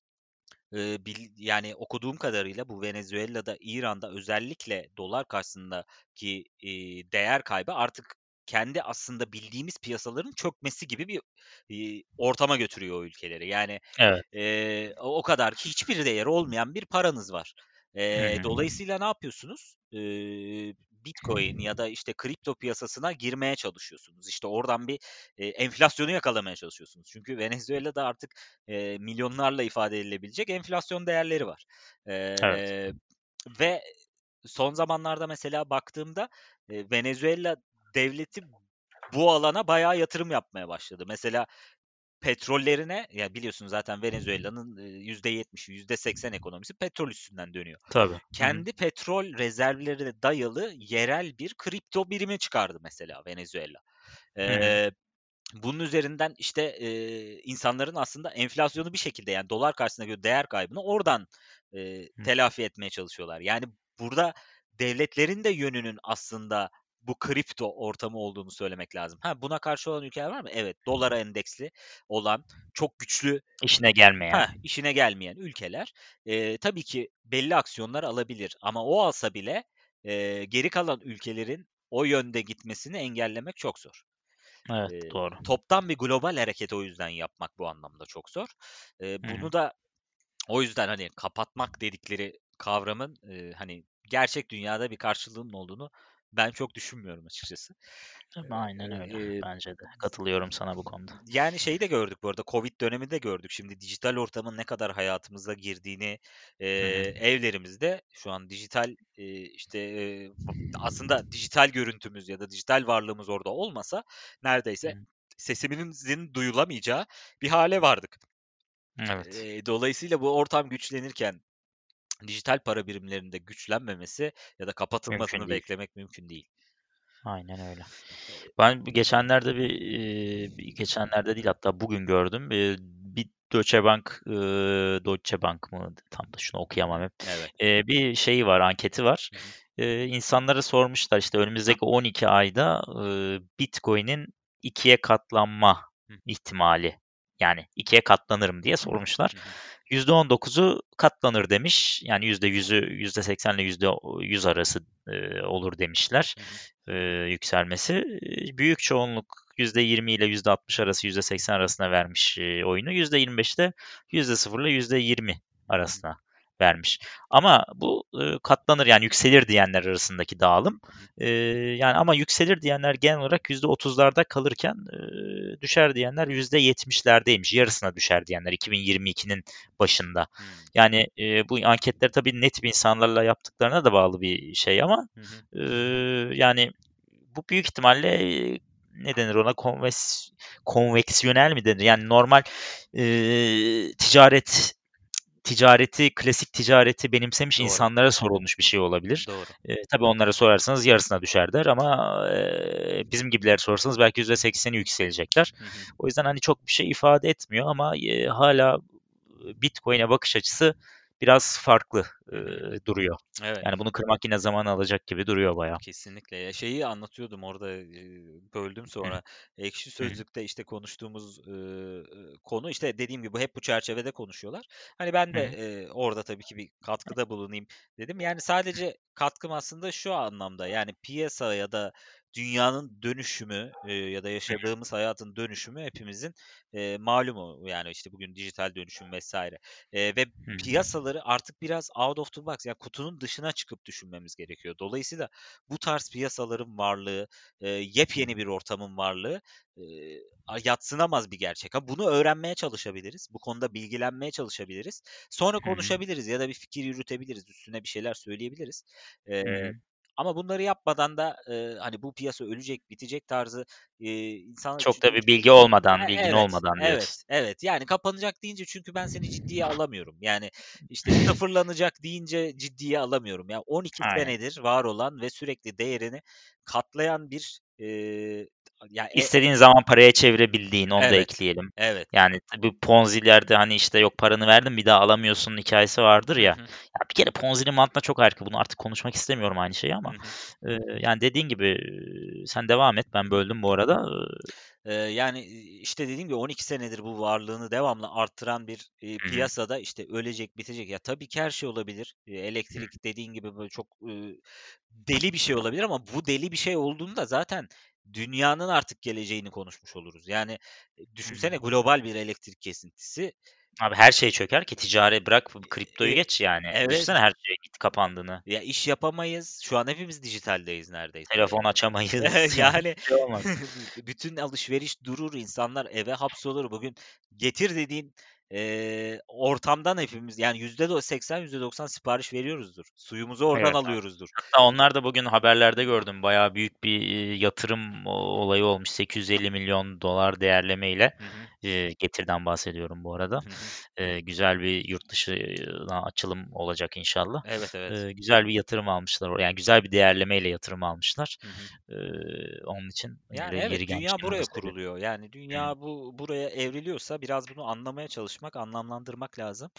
Speaker 2: Eee, bil yani okuduğum kadarıyla bu Venezuela'da, İran'da özellikle dolar karşısındaki, iii, değer kaybı artık kendi aslında bildiğimiz piyasaların çökmesi gibi bir, iii, ortama götürüyor o ülkeleri. Yani,
Speaker 1: Evet.
Speaker 2: eee, o o kadar ki hiçbir değeri olmayan bir paranız var.
Speaker 1: Hı
Speaker 2: Eee,
Speaker 1: hı.
Speaker 2: dolayısıyla ne yapıyorsunuz? Eee, Bitcoin ya da, işte, kripto piyasasına girmeye çalışıyorsunuz. İşte, oradan bir, eee, enflasyonu yakalamaya çalışıyorsunuz. Çünkü Venezuela'da artık, eee, milyonlarla ifade edilebilecek enflasyon değerleri var.
Speaker 1: Evet.
Speaker 2: Eee, ve son zamanlarda mesela baktığımda, eee, Venezuela devleti bu alana bayağı yatırım yapmaya başladı. Mesela petrollerine, ya biliyorsun zaten Venezuela'nın eee, yüzde yetmişi, yüzde seksen ekonomisi petrol üstünden dönüyor.
Speaker 1: Tabii. Hı hı.
Speaker 2: Kendi petrol rezervlerine dayalı yerel bir kripto birimi çıkardı mesela Venezuela.
Speaker 1: Hı hı.
Speaker 2: Eee, bunun üzerinden, işte, eee, insanların aslında enflasyonu bir şekilde, yani dolar karşısına göre değer kaybını oradan, eee,
Speaker 1: Hı.
Speaker 2: telafi etmeye çalışıyorlar. Yani burada devletlerin de yönünün aslında bu kripto ortamı olduğunu söylemek lazım. Ha, buna karşı olan ülkeler var mı? Evet, dolara endeksli olan, çok güçlü,
Speaker 1: İşine gelmeyen.
Speaker 2: heh, işine gelmeyen ülkeler, eee, tabii ki belli aksiyonlar alabilir ama o alsa bile, eee, geri kalan ülkelerin o yönde gitmesini engellemek çok zor.
Speaker 1: Evet,
Speaker 2: Eee,
Speaker 1: doğru.
Speaker 2: toptan bir global hareket o yüzden yapmak bu anlamda çok zor. Eee,
Speaker 1: Hı hı.
Speaker 2: bunu da o yüzden, hani, kapatmak dedikleri kavramın, eee, hani, gerçek dünyada bir karşılığının olduğunu ben çok düşünmüyorum açıkçası.
Speaker 1: Tabii, aynen öyle.
Speaker 2: Eee,
Speaker 1: Bence de. Katılıyorum sana bu konuda.
Speaker 2: yani şeyi de gördük bu arada, Covid döneminde gördük. Şimdi dijital ortamın ne kadar hayatımıza girdiğini,
Speaker 1: Hı hı.
Speaker 2: eee, evlerimizde şu an dijital, eee, işte, eee, aslında dijital görüntümüz ya da dijital varlığımız orada olmasa
Speaker 1: Hı
Speaker 2: neredeyse
Speaker 1: hı.
Speaker 2: sesimizin duyulamayacağı bir hale vardık.
Speaker 1: Evet,
Speaker 2: Eee, dolayısıyla bu ortam güçlenirken dijital para birimlerinde güçlenmemesi ya da
Speaker 1: mümkün
Speaker 2: kapatılmasını
Speaker 1: değil.
Speaker 2: beklemek mümkün değil.
Speaker 1: Aynen öyle.
Speaker 2: Eee
Speaker 1: Ben bir geçenlerde bir, eee, bir geçenlerde değil hatta bugün gördüm. Eee, bir Deutsche Bank, eee, Deutsche Bank mı? Tam da şunu
Speaker 2: Hı
Speaker 1: okuyamam
Speaker 2: hı.
Speaker 1: hep.
Speaker 2: Evet.
Speaker 1: Eee, bir şeyi var, anketi var.
Speaker 2: Hı hı.
Speaker 1: Eee, insanlara sormuşlar işte önümüzdeki on iki ayda, eee, Bitcoin'in ikiye katlanma
Speaker 2: Hı
Speaker 1: ihtimali, yani ikiye katlanırım diye sormuşlar.
Speaker 2: hı. Hı.
Speaker 1: yüzde on dokuzu katlanır demiş. Yani yüzde yüzü yüzde seksen ile yüzde yüz arası, eee, olur demişler,
Speaker 2: Hı hı.
Speaker 1: eee, yükselmesi. Eee, büyük çoğunluk yüzde yirmi ile yüzde altmış arası, yüzde seksen arasına vermiş, eee, oyunu. yüzde yirmi beş de yüzde sıfır ile yüzde yirmi
Speaker 2: Hı hı.
Speaker 1: arasına vermiş. Ama bu, ııı, katlanır, yani yükselir diyenler arasındaki dağılım.
Speaker 2: Hı hı.
Speaker 1: Eee, yani ama yükselir diyenler genel olarak yüzde otuzlarda kalırken, eee, düşer diyenler yüzde yetmişlerdeymiş. Yarısına düşer diyenler iki bin yirmi ikinin başında.
Speaker 2: Hımm.
Speaker 1: Yani, eee, bu anketleri tabii net bir insanlarla yaptıklarına da bağlı bir şey ama,
Speaker 2: Hı hı.
Speaker 1: ııı, yani bu büyük ihtimalle, eee, ne denir ona? Konves konveksiyonel mi denir? Yani normal, eee, ticaret ticareti, klasik ticareti benimsemiş
Speaker 2: Doğru,
Speaker 1: insanlara sorulmuş bir şey olabilir.
Speaker 2: doğru.
Speaker 1: Eee, tabii onlara sorarsanız yarısına düşer der ama, eee, bizim gibilere sorsanız belki yüzde sekseni yükselecekler.
Speaker 2: Hı hı.
Speaker 1: O yüzden, hani, çok bir şey ifade etmiyor ama, eee, hâlâ Bitcoin'e bakış açısı biraz farklı,
Speaker 2: Hı hı.
Speaker 1: eee, duruyor.
Speaker 2: Evet.
Speaker 1: Yani bunu kırmak yine zaman alacak gibi duruyor bayağı.
Speaker 2: Kesinlikle. Ya, şeyi anlatıyordum orada, eee, böldüm
Speaker 1: Hı hı.
Speaker 2: sonra. Ekşi
Speaker 1: Hı hı.
Speaker 2: Sözlük'te, işte, konuştuğumuz, ııı, ııı, konu, işte, dediğim gibi hep bu çerçevede konuşuyorlar. Hani, ben
Speaker 1: Hı
Speaker 2: de,
Speaker 1: hı.
Speaker 2: eee, orada tabii ki bir katkıda bulunayım dedim. Yani, sadece katkım aslında şu anlamda, yani, piyasa ya da dünyanın dönüşümü, eee, ya da yaşadığımız hayatın dönüşümü hepimizin, eee, malumu. Yani, işte, bugün dijital dönüşüm vesaire eee, ve
Speaker 1: Hı hı.
Speaker 2: piyasaları artık biraz out of the box, yani, kutunun dışına çıkıp düşünmemiz gerekiyor. Dolayısıyla bu tarz piyasaların varlığı, eee,
Speaker 1: Hı
Speaker 2: yepyeni
Speaker 1: hı.
Speaker 2: bir ortamın varlığı, eee, a yadsınamaz bir gerçek. Ha, bunu öğrenmeye çalışabiliriz. Bu konuda bilgilenmeye çalışabiliriz. Sonra
Speaker 1: Hı hı.
Speaker 2: konuşabiliriz ya da bir fikir yürütebiliriz. Üstüne bir şeyler söyleyebiliriz. Eee,
Speaker 1: Hı hı.
Speaker 2: ama bunları yapmadan da, eee, hani, bu piyasa ölecek, bitecek tarzı, eee, insanlar
Speaker 1: Çok da bir
Speaker 2: düşündüğümüz.
Speaker 1: bilgi
Speaker 2: E
Speaker 1: olmadan, bilgin
Speaker 2: evet,
Speaker 1: olmadan
Speaker 2: evet,
Speaker 1: diyorsun.
Speaker 2: evet. Yani kapanacak deyince çünkü ben seni ciddiye alamıyorum. Yani, işte, sıfırlanacak deyince ciddiye alamıyorum. Ya, on iki
Speaker 1: Aynen.
Speaker 2: senedir var olan ve sürekli değerini katlayan bir, eee, ya, e
Speaker 1: İstediğin zaman paraya çevirebildiğin, onu da
Speaker 2: evet,
Speaker 1: ekleyelim.
Speaker 2: evet.
Speaker 1: Yani tabii Ponzi'lerde, hani, işte, yok paranı verdin bir daha alamıyorsun hikâyesi vardır
Speaker 2: Hı
Speaker 1: ya.
Speaker 2: hı,
Speaker 1: Ya, bir kere Ponzi'nin mantığına çok aykırı. Bunu artık konuşmak istemiyorum aynı şeyi
Speaker 2: hı
Speaker 1: ama,
Speaker 2: hı.
Speaker 1: eee, yani, dediğin gibi, eee, sen devam et, ben böldüm bu arada. Iıı
Speaker 2: Eee, yani, iii, işte, dediğim gibi on iki senedir bu varlığını devamlı arttıran bir, eee,
Speaker 1: Hı hı.
Speaker 2: piyasada, işte, ölecek, bitecek. Ya, tabii ki her şey olabilir. Eee,
Speaker 1: Hı.
Speaker 2: elektrik dediğin gibi, böyle, çok, ııı, deli bir şey olabilir ama bu deli bir şey olduğunda zaten dünyanın artık geleceğini konuşmuş oluruz. Yani e,
Speaker 1: Hı hı.
Speaker 2: düşünsene global bir elektrik kesintisi.
Speaker 1: Abi her şey çöker ki ticari bırak
Speaker 2: E,
Speaker 1: kriptoyu geç yani.
Speaker 2: evet.
Speaker 1: Düşünsene her şey git kapandığını.
Speaker 2: Ya iş yapamayız. Şu an hepimiz dijitaldeyiz neredeyse.
Speaker 1: Telefon açamayız. Yani
Speaker 2: Yani
Speaker 1: hiçbir şey olmaz.
Speaker 2: bütün alışveriş durur, insanlar eve hapsolur. Bugün getir dediğin eee, ortamdan hepimiz yani yüzde seksen yüzde doksan sipariş veriyoruzdur. Suyumuzu oradan
Speaker 1: Evet.
Speaker 2: alıyoruzdur.
Speaker 1: Hatta onlar da bugün haberlerde gördüm. Bayağı büyük bir e, yatırım o- olayı olmuş. sekiz yüz elli milyon dolar değerlemeyle.
Speaker 2: Hı hı,
Speaker 1: E, Getir'den bahsediyorum bu arada.
Speaker 2: hı hı.
Speaker 1: E, güzel bir yurt dışına açılım olacak inşallah.
Speaker 2: Evet, evet.
Speaker 1: E, güzel bir yatırım almışlar. Yani güzel bir değerlemeyle yatırım almışlar.
Speaker 2: Hı hı.
Speaker 1: E, Onun için
Speaker 2: Yani
Speaker 1: yeri,
Speaker 2: evet,
Speaker 1: yeri
Speaker 2: dünya
Speaker 1: gelmişken onu da
Speaker 2: buraya
Speaker 1: söyleyeyim.
Speaker 2: kuruluyor. Yani
Speaker 1: Hı hı.
Speaker 2: dünya bu buraya evriliyorsa biraz bunu anlamaya çalışmak, anlamlandırmak lazım.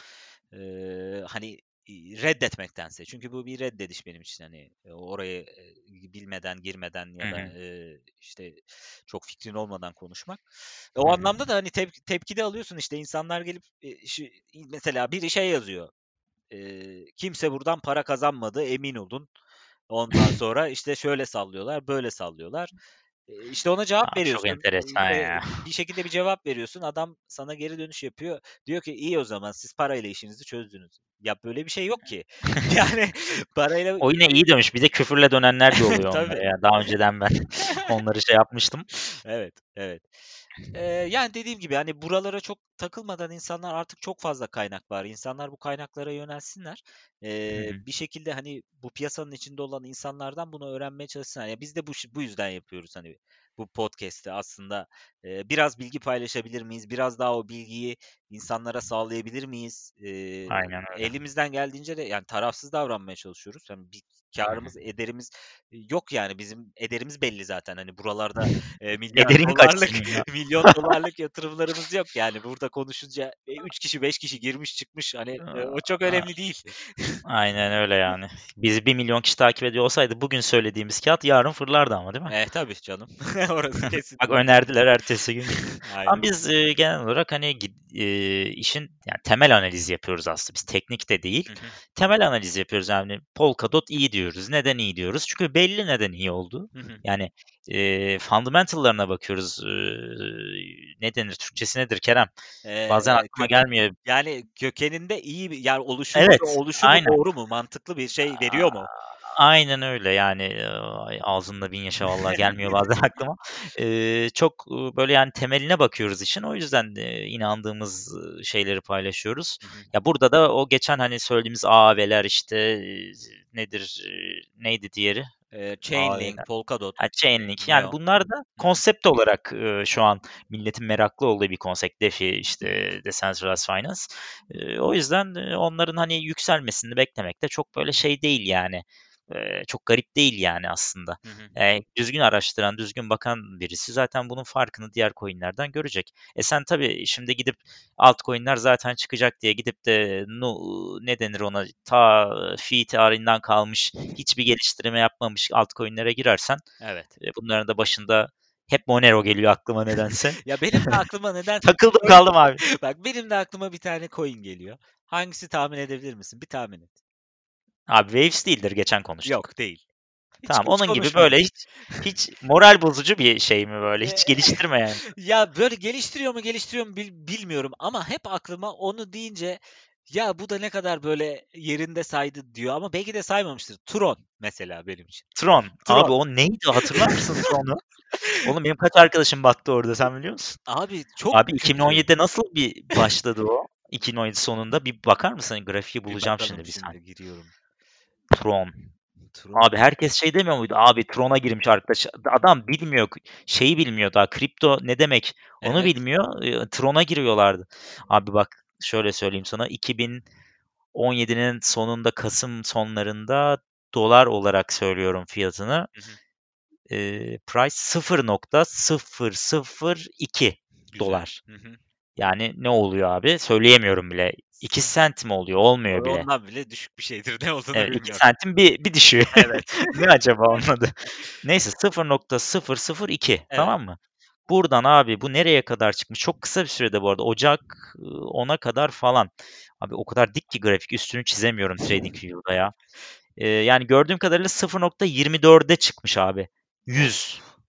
Speaker 2: Eee, hani i- reddetmektense. Çünkü bu bir reddediş benim için hani e, orayı e, bilmeden, girmeden
Speaker 1: Hı
Speaker 2: ya da
Speaker 1: hı.
Speaker 2: e, işte çok fikrin olmadan konuşmak. E,
Speaker 1: Hı
Speaker 2: o
Speaker 1: hı.
Speaker 2: anlamda da hani tep- tepki de alıyorsun işte insanlar gelip e, şu, mesela biri şey yazıyor. E, Kimse buradan para kazanmadı, emin olun. Ondan sonra işte şöyle sallıyorlar, böyle sallıyorlar. Eee, işte ona cevap
Speaker 1: Abi çok
Speaker 2: veriyorsun. Eee,
Speaker 1: enteresan
Speaker 2: işte
Speaker 1: ya.
Speaker 2: bir şekilde bir cevap veriyorsun. Adam sana geri dönüş yapıyor. Diyor ki iyi o zaman siz parayla işinizi çözdünüz. Ya böyle bir şey yok ki. Yani parayla
Speaker 1: O yine iyi dönmüş. Bir de küfürle dönenler de oluyor onlara
Speaker 2: tabii.
Speaker 1: ya. Daha önceden ben onları şey yapmıştım.
Speaker 2: Evet, evet. Eee, yani dediğim gibi hani buralara çok takılmadan insanlar artık çok fazla kaynak var. İnsanlar bu kaynaklara yönelsinler.
Speaker 1: Hı
Speaker 2: Eee,
Speaker 1: hı.
Speaker 2: bir şekilde hani bu piyasanın içinde olan insanlardan bunu öğrenmeye çalışsınlar. Ya biz de bu bu yüzden yapıyoruz hani bu podcast'i aslında eee, biraz bilgi paylaşabilir miyiz? Biraz daha o bilgiyi insanlara sağlayabilir miyiz? Eee,
Speaker 1: Aynen öyle.
Speaker 2: elimizden geldiğince de yani tarafsız davranmaya çalışıyoruz. Yani bir
Speaker 1: Hı hı.
Speaker 2: kârımız, ederimiz yok yani bizim ederimiz belli zaten. Hani buralarda Eee, milyar
Speaker 1: Ederin kaç
Speaker 2: dolarlık,
Speaker 1: senin ya?
Speaker 2: milyon dolarlık yatırımlarımız yok yani. Burada konuşunca e, üç kişi, beş kişi girmiş çıkmış hani, eee, o çok
Speaker 1: Aa,
Speaker 2: önemli değil.
Speaker 1: aynen öyle yani. Bizi bir milyon kişi takip ediyor olsaydı bugün söylediğimiz kağıt yarın fırlardı ama değil mi?
Speaker 2: Eh, tabii canım. Orası kesin.
Speaker 1: Bak önerdiler ertesi gün gitti. Ama
Speaker 2: Aynen.
Speaker 1: biz e, genel olarak hani gid- e, işin yani temel analizi yapıyoruz aslında. Biz teknik de değil.
Speaker 2: Hı hı.
Speaker 1: Temel analiz yapıyoruz yani Polkadot iyi diyoruz. Neden iyi diyoruz? Çünkü belli neden iyi oldu.
Speaker 2: Hı hı.
Speaker 1: Yani e, fundamental'larına bakıyoruz. E, ne denir? Türkçesi nedir Kerem? Bazen
Speaker 2: Eee,
Speaker 1: aklıma
Speaker 2: kök
Speaker 1: gelmiyor.
Speaker 2: yani kökeninde iyi bir yani oluşumu
Speaker 1: Evet,
Speaker 2: oluşumu
Speaker 1: aynen.
Speaker 2: doğru mu? Mantıklı bir şey veriyor mu?
Speaker 1: Aynen öyle yani, eee, ay ağzımda bin yaşa vallahi gelmiyor bazen aklıma. Eee, çok, ııı, böyle yani temeline bakıyoruz işin. O yüzden, eee, inandığımız, ııı, şeyleri paylaşıyoruz.
Speaker 2: Hı hı.
Speaker 1: Ya, burada da o geçen, hani, söylediğimiz A A V'ler, işte, eee, nedir, eee, neydi diğeri?
Speaker 2: Eee,
Speaker 1: A A V'ler.
Speaker 2: Chainlink, Polkadot,
Speaker 1: Ha,
Speaker 2: eee,
Speaker 1: Chainlink. Yani
Speaker 2: Neo.
Speaker 1: bunlar da
Speaker 2: Hı hı.
Speaker 1: konsept olarak, ııı, şu an milletin meraklı olduğu bir konsept. DeFi, işte, Decentralized Finance. Eee, o yüzden, eee, onların, hani, yükselmesini beklemek de çok böyle şey değil yani. Eee, çok garip değil yani aslında.
Speaker 2: Hı hı.
Speaker 1: Eee, düzgün araştıran, düzgün bakan birisi zaten bunun farkını diğer coin'lerden görecek. E, sen tabii şimdi gidip altcoin'ler zaten çıkacak diye gidip de nu ne denir ona, ta fi tarihinden kalmış, hiçbir geliştirme yapmamış altcoin'lere girersen,
Speaker 2: Evet.
Speaker 1: eee, bunların da başında hep Monero geliyor aklıma nedense.
Speaker 2: Ya benim de aklıma nedense bir
Speaker 1: Takıldım
Speaker 2: coin
Speaker 1: kaldım abi.
Speaker 2: bak benim de aklıma bir tane coin geliyor. Hangisi tahmin edebilir misin? Bir tahmin et.
Speaker 1: Abi Waves değildir, geçen konuştuk.
Speaker 2: Yok değil. Hiç
Speaker 1: Tamam,
Speaker 2: hiç
Speaker 1: onun gibi
Speaker 2: konuşmadık.
Speaker 1: böyle hiç hiç moral bozucu bir şey mi böyle? Hiç
Speaker 2: Eee,
Speaker 1: geliştirmeyen.
Speaker 2: ya, böyle geliştiriyor mu geliştiriyor mu bil bilmiyorum ama hep aklıma onu deyince, "Ya, bu da ne kadar böyle yerinde saydı." diyor ama belki de saymamıştır. Tron mesela benim için.
Speaker 1: Tron. Abi
Speaker 2: Tron.
Speaker 1: o neydi hatırlar mısın Tron'u? Oğlum benim kaç arkadaşım battı orada sen biliyor musun?
Speaker 2: Abi çok
Speaker 1: Abi
Speaker 2: kötü.
Speaker 1: iki bin on yedide nasıl bir başladı o? iki bin on yedi sonunda bir bakar mısın? Grafiği
Speaker 2: Bir
Speaker 1: bulacağım
Speaker 2: bakalım
Speaker 1: şimdi bir saniye.
Speaker 2: şimdi giriyorum.
Speaker 1: Tron.
Speaker 2: Tron.
Speaker 1: Abi herkes şey demiyor muydu? Abi Tron'a girmiş arkadaş. Adam bilmiyor. Şeyi bilmiyor daha. Kripto ne demek? Onu
Speaker 2: Evet.
Speaker 1: bilmiyor. e, Tron'a giriyorlardı. Abi bak şöyle söyleyeyim sana. iki bin on yedinin sonunda Kasım sonlarında dolar olarak söylüyorum fiyatını.
Speaker 2: Hı hı.
Speaker 1: Eee, price sıfır nokta sıfır sıfır iki
Speaker 2: Güzel.
Speaker 1: dolar.
Speaker 2: Hı hı.
Speaker 1: Yani ne oluyor abi? Söyleyemiyorum bile. iki sent mi oluyor? Olmuyor bile.
Speaker 2: Ondan bile düşük bir şeydir. Ne olduğunu
Speaker 1: Evet, iki
Speaker 2: bilmiyorum.
Speaker 1: sentin bir bir düşüğü.
Speaker 2: Evet.
Speaker 1: Ne acaba onun adı? Neyse sıfır nokta sıfır sıfır iki,
Speaker 2: Evet.
Speaker 1: tamam mı? Buradan abi bu nereye kadar çıkmış? Çok kısa bir sürede bu arada. Ocak ııı, ona kadar falan. Abi o kadar dik ki grafik üstünü çizemiyorum TradingView'da ya. Eee, yani gördüğüm kadarıyla sıfır nokta yirmi dörde çıkmış abi.
Speaker 2: Of.
Speaker 1: yüz.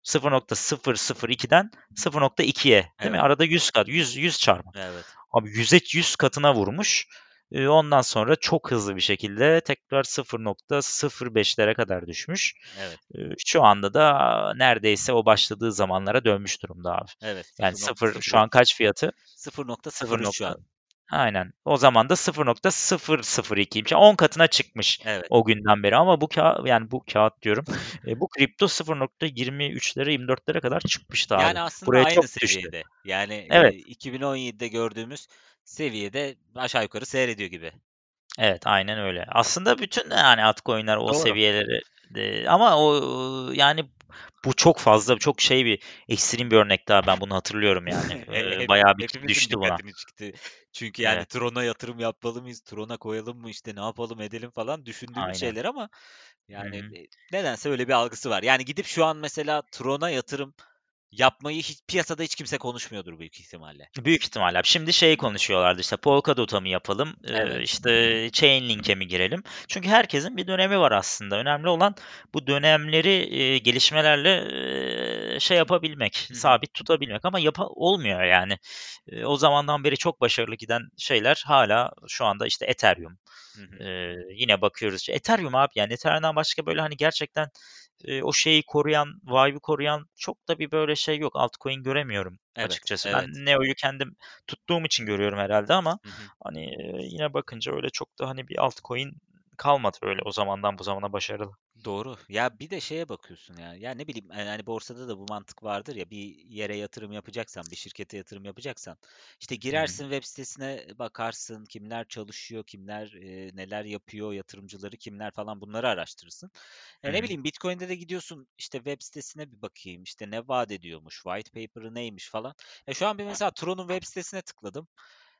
Speaker 1: sıfır nokta sıfır sıfır ikiden sıfır nokta ikiye, değil mi?
Speaker 2: Evet,
Speaker 1: Arada yüz kat, yüz yüz çarpı.
Speaker 2: evet,
Speaker 1: Abi yüze yüz katına vurmuş. Eee, ondan sonra çok hızlı bir şekilde tekrar sıfır nokta sıfır beşlere kadar düşmüş.
Speaker 2: evet,
Speaker 1: Eee, şu anda da neredeyse o başladığı zamanlara dönmüş durumda abi.
Speaker 2: evet.
Speaker 1: Yani sıfır şu an
Speaker 2: sıfır nokta sıfır üç.
Speaker 1: kaç fiyatı? sıfır
Speaker 2: sıfır nokta sıfır üç şu
Speaker 1: nokta
Speaker 2: an.
Speaker 1: aynen. O zaman da sıfır nokta sıfır sıfır ikiymiş. on katına çıkmış
Speaker 2: Evet.
Speaker 1: o günden beri ama bu kâ yani bu kağıt diyorum. Eee, bu kripto sıfır nokta yirmi üçlere yirmi dörtlere kadar çıkmıştı abi.
Speaker 2: Yani aslında
Speaker 1: Buraya
Speaker 2: aynı
Speaker 1: çok düştü.
Speaker 2: seviyede. Yani,
Speaker 1: Evet.
Speaker 2: eee, iki bin on yedide gördüğümüz seviyede aşağı yukarı seyrediyor gibi.
Speaker 1: Evet, aynen öyle. Aslında bütün yani altcoin'ler o
Speaker 2: Doğru.
Speaker 1: seviyeleri de ama o yani bu çok fazla, çok şey bir ekstrem bir örnek daha. Ben bunu hatırlıyorum yani.
Speaker 2: He
Speaker 1: Eee,
Speaker 2: hep
Speaker 1: bayağı bir
Speaker 2: hepimizin
Speaker 1: düştü buna.
Speaker 2: dikkatini çekti. Çünkü yani
Speaker 1: Evet,
Speaker 2: Tron'a yatırım yapmalı mıyız? Tron'a koyalım mı? İşte ne yapalım edelim falan düşündüğümüz
Speaker 1: aynen.
Speaker 2: şeyler ama
Speaker 1: Hı
Speaker 2: yani,
Speaker 1: hı.
Speaker 2: eee, nedense öyle bir algısı var. Yani gidip şu an mesela Tron'a yatırım yapmayı hiç piyasada hiç kimse konuşmuyordur büyük ihtimalle.
Speaker 1: Büyük ihtimal abi. Şimdi şeyi konuşuyorlardı işte Polkadot'a mı yapalım, eee,
Speaker 2: Evet.
Speaker 1: işte Chainlink'e mi girelim? Çünkü herkesin bir dönemi var aslında. Önemli olan bu dönemleri, eee, gelişmelerle, eee, şey yapabilmek,
Speaker 2: Hı hı.
Speaker 1: sabit tutabilmek ama yapa olmuyor yani. Eee, o zamandan beri çok başarılı giden şeyler hala şu anda işte Ethereum.
Speaker 2: Hı hı.
Speaker 1: Eee, yine bakıyoruz. İşte Ethereum abi yani Ethereum'dan başka böyle hani gerçekten, eee, o şeyi koruyan, vibe'ı koruyan çok da bir böyle şey yok. Altcoin göremiyorum
Speaker 2: Evet,
Speaker 1: açıkçası. Ben
Speaker 2: evet.
Speaker 1: Neo'yu kendim tuttuğum için görüyorum herhâlde ama
Speaker 2: Hı hı.
Speaker 1: hani, eee, yine bakınca öyle çok da hani bir altcoin kalmadı böyle o zamandan bu zamana başarılı.
Speaker 2: Doğru. Ya bir de şeye bakıyorsun ya. Ya ne bileyim e, hani borsada da bu mantık vardır ya bir yere yatırım yapacaksan, bir şirkete yatırım yapacaksan işte
Speaker 1: Hı hı.
Speaker 2: girersin web sitesine bakarsın kimler çalışıyor, kimler e, neler yapıyor, yatırımcıları kimler falan bunları araştırırsın.
Speaker 1: Hı
Speaker 2: E ne
Speaker 1: hı.
Speaker 2: bileyim Bitcoin'de de gidiyorsun işte web sitesine bir bakayım işte ne vaat ediyormuş, white paper'ı neymiş falan. E şu an bir mesela Tron'un web sitesine tıkladım.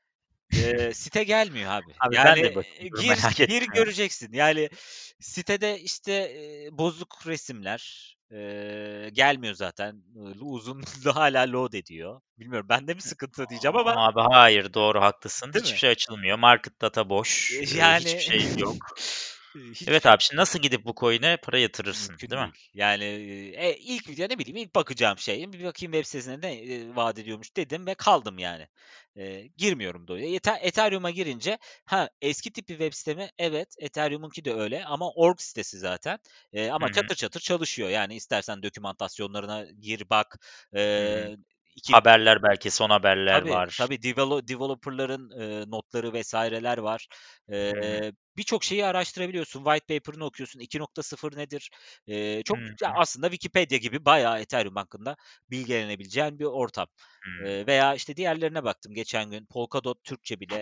Speaker 2: Eee, site gelmiyor abi.
Speaker 1: Abi
Speaker 2: Yani,
Speaker 1: ben de
Speaker 2: eee,
Speaker 1: bakayım, dur
Speaker 2: gir
Speaker 1: merak
Speaker 2: gir
Speaker 1: ettim ya.
Speaker 2: göreceksin. Yani sitede, işte, eee, bozuk resimler, eee, gelmiyor zaten. Iıı, uzun hâlâ load ediyor. Bilmiyorum bende mi sıkıntı diyeceğim ama
Speaker 1: Abi hayır, doğru haklısın.
Speaker 2: değil
Speaker 1: Hiçbir
Speaker 2: mi?
Speaker 1: şey açılmıyor. Market data boş.
Speaker 2: Eee,
Speaker 1: Eee, hiçbir
Speaker 2: yani
Speaker 1: şey yok.
Speaker 2: hiçbir
Speaker 1: Evet
Speaker 2: şey
Speaker 1: abi, şimdi nasıl gidip bu coin'e para yatırırsın,
Speaker 2: mümkün
Speaker 1: değil mi?
Speaker 2: değil. Yani, eee, ilk ya, ne bileyim, ilk bakacağım şey, bir bakayım web sitesinde ne, eee, vaat ediyormuş dedim ve kaldım yani. Eee, girmiyorum da öyle. Ethe Ethereum'a girince, ha, eski tip bir web site mi? Evet, Ethereum'unki de öyle ama org sitesi zaten. Eee,
Speaker 1: Hı
Speaker 2: ama
Speaker 1: hı.
Speaker 2: çatır çatır çalışıyor. Yani istersen dokümantasyonlarına gir bak.
Speaker 1: Hı hı.
Speaker 2: Eee, iki
Speaker 1: Haberler belki, son haberler
Speaker 2: Tabii,
Speaker 1: var.
Speaker 2: tabii develo developer'ların, eee, notları vesaireler var.
Speaker 1: Hı hı.
Speaker 2: Eee, birçok şeyi araştırabiliyorsun. White paper'ını okuyorsun. iki nokta sıfır nedir? Eee, çok
Speaker 1: Hı
Speaker 2: ya,
Speaker 1: hı.
Speaker 2: aslında Wikipedia gibi bayağı Ethereum hakkında bilgilenebileceğin bir ortam.
Speaker 1: Hımm.
Speaker 2: Eee, veya, işte, diğerlerine baktım geçen gün. Polkadot Türkçe bile,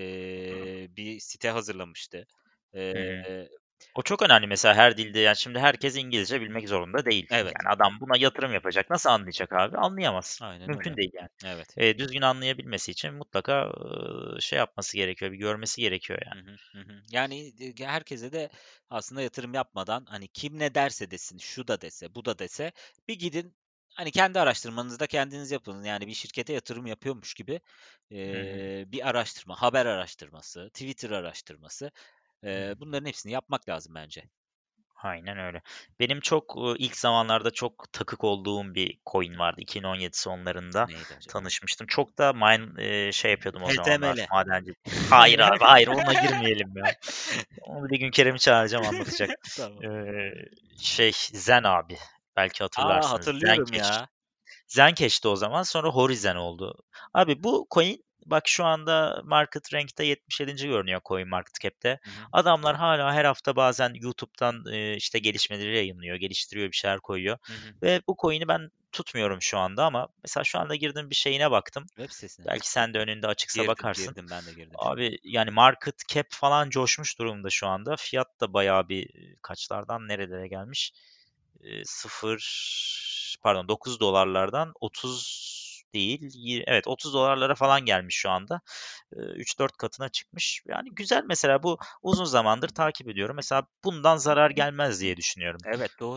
Speaker 2: eee, bir site hazırlamıştı.
Speaker 1: Hı hı.
Speaker 2: Eee
Speaker 1: O çok önemli mesela her dilde, yani, şimdi herkes İngilizce bilmek zorunda değil.
Speaker 2: Evet,
Speaker 1: Yani, adam buna yatırım yapacak. Nasıl anlayacak abi? Anlayamaz.
Speaker 2: aynen
Speaker 1: Mümkün
Speaker 2: öyle.
Speaker 1: değil yani.
Speaker 2: Evet.
Speaker 1: Eee, düzgün anlayabilmesi için mutlaka, ııı, şey yapması gerekiyor, bir görmesi gerekiyor
Speaker 2: Hı
Speaker 1: yani.
Speaker 2: hı, hı hı. Yani, eee, herkese de aslında yatırım yapmadan, hani, kim ne derse desin, şu da dese, bu da dese, bir gidin, hani, kendi araştırmanızı da kendiniz yapın. Yani, bir şirkete yatırım yapıyormuş gibi,
Speaker 1: Hı hı.
Speaker 2: eee, bir araştırma, haber araştırması, Twitter araştırması,
Speaker 1: Hı
Speaker 2: eee,
Speaker 1: hı.
Speaker 2: bunların hepsini yapmak lazım bence.
Speaker 1: Aynen öyle. Benim çok, ııı, ilk zamanlarda çok takık olduğum bir coin vardı. iki bin on yedi sonlarında
Speaker 2: Neydi acaba?
Speaker 1: tanışmıştım. Çok da mine eee, şey yapıyordum o zamanlar,
Speaker 2: H T M L.
Speaker 1: madencilik. Hayır abi, hayır, ona girmeyelim ya. Onu bir gün Kerem'i çağıracağım, anlatacak.
Speaker 2: Tamam.
Speaker 1: Eee, şey, Zen abi, belki
Speaker 2: A!
Speaker 1: hatırlarsınız.
Speaker 2: Hatırlıyorum
Speaker 1: Zencash.
Speaker 2: ya.
Speaker 1: Zencash'ti o zaman, sonra Horizen oldu. Abi bu coin bak şu anda market rank'te yetmiş yedinci görünüyor CoinMarketCap'te.
Speaker 2: Hı hı.
Speaker 1: Adamlar hâlâ her hafta bazen YouTube'dan, eee, işte gelişmeleri yayınlıyor, geliştiriyor, bir şeyler koyuyor
Speaker 2: Hı hı.
Speaker 1: ve bu coin'i ben tutmuyorum şu anda ama mesela şu anda girdim bir şeyine baktım.
Speaker 2: Web sitesine mi?
Speaker 1: Belki sen de önünde açıksa
Speaker 2: Girdim,
Speaker 1: bakarsın.
Speaker 2: girdim. Ben de girdim şu an.
Speaker 1: Abi yani market cap falan coşmuş durumda şu anda. Fiyat da bayağı bir, eee, kaçlardan nerelere gelmiş? Eee, sıfır pardon dokuz dolarlardan otuz değil, yi evet otuz dolarlara falan gelmiş şu anda. Eee, üç dört katına çıkmış. Yani güzel mesela bu uzun zamandır takip ediyorum. Mesela bundan zarar gelmez diye düşünüyorum.
Speaker 2: Evet, doğru.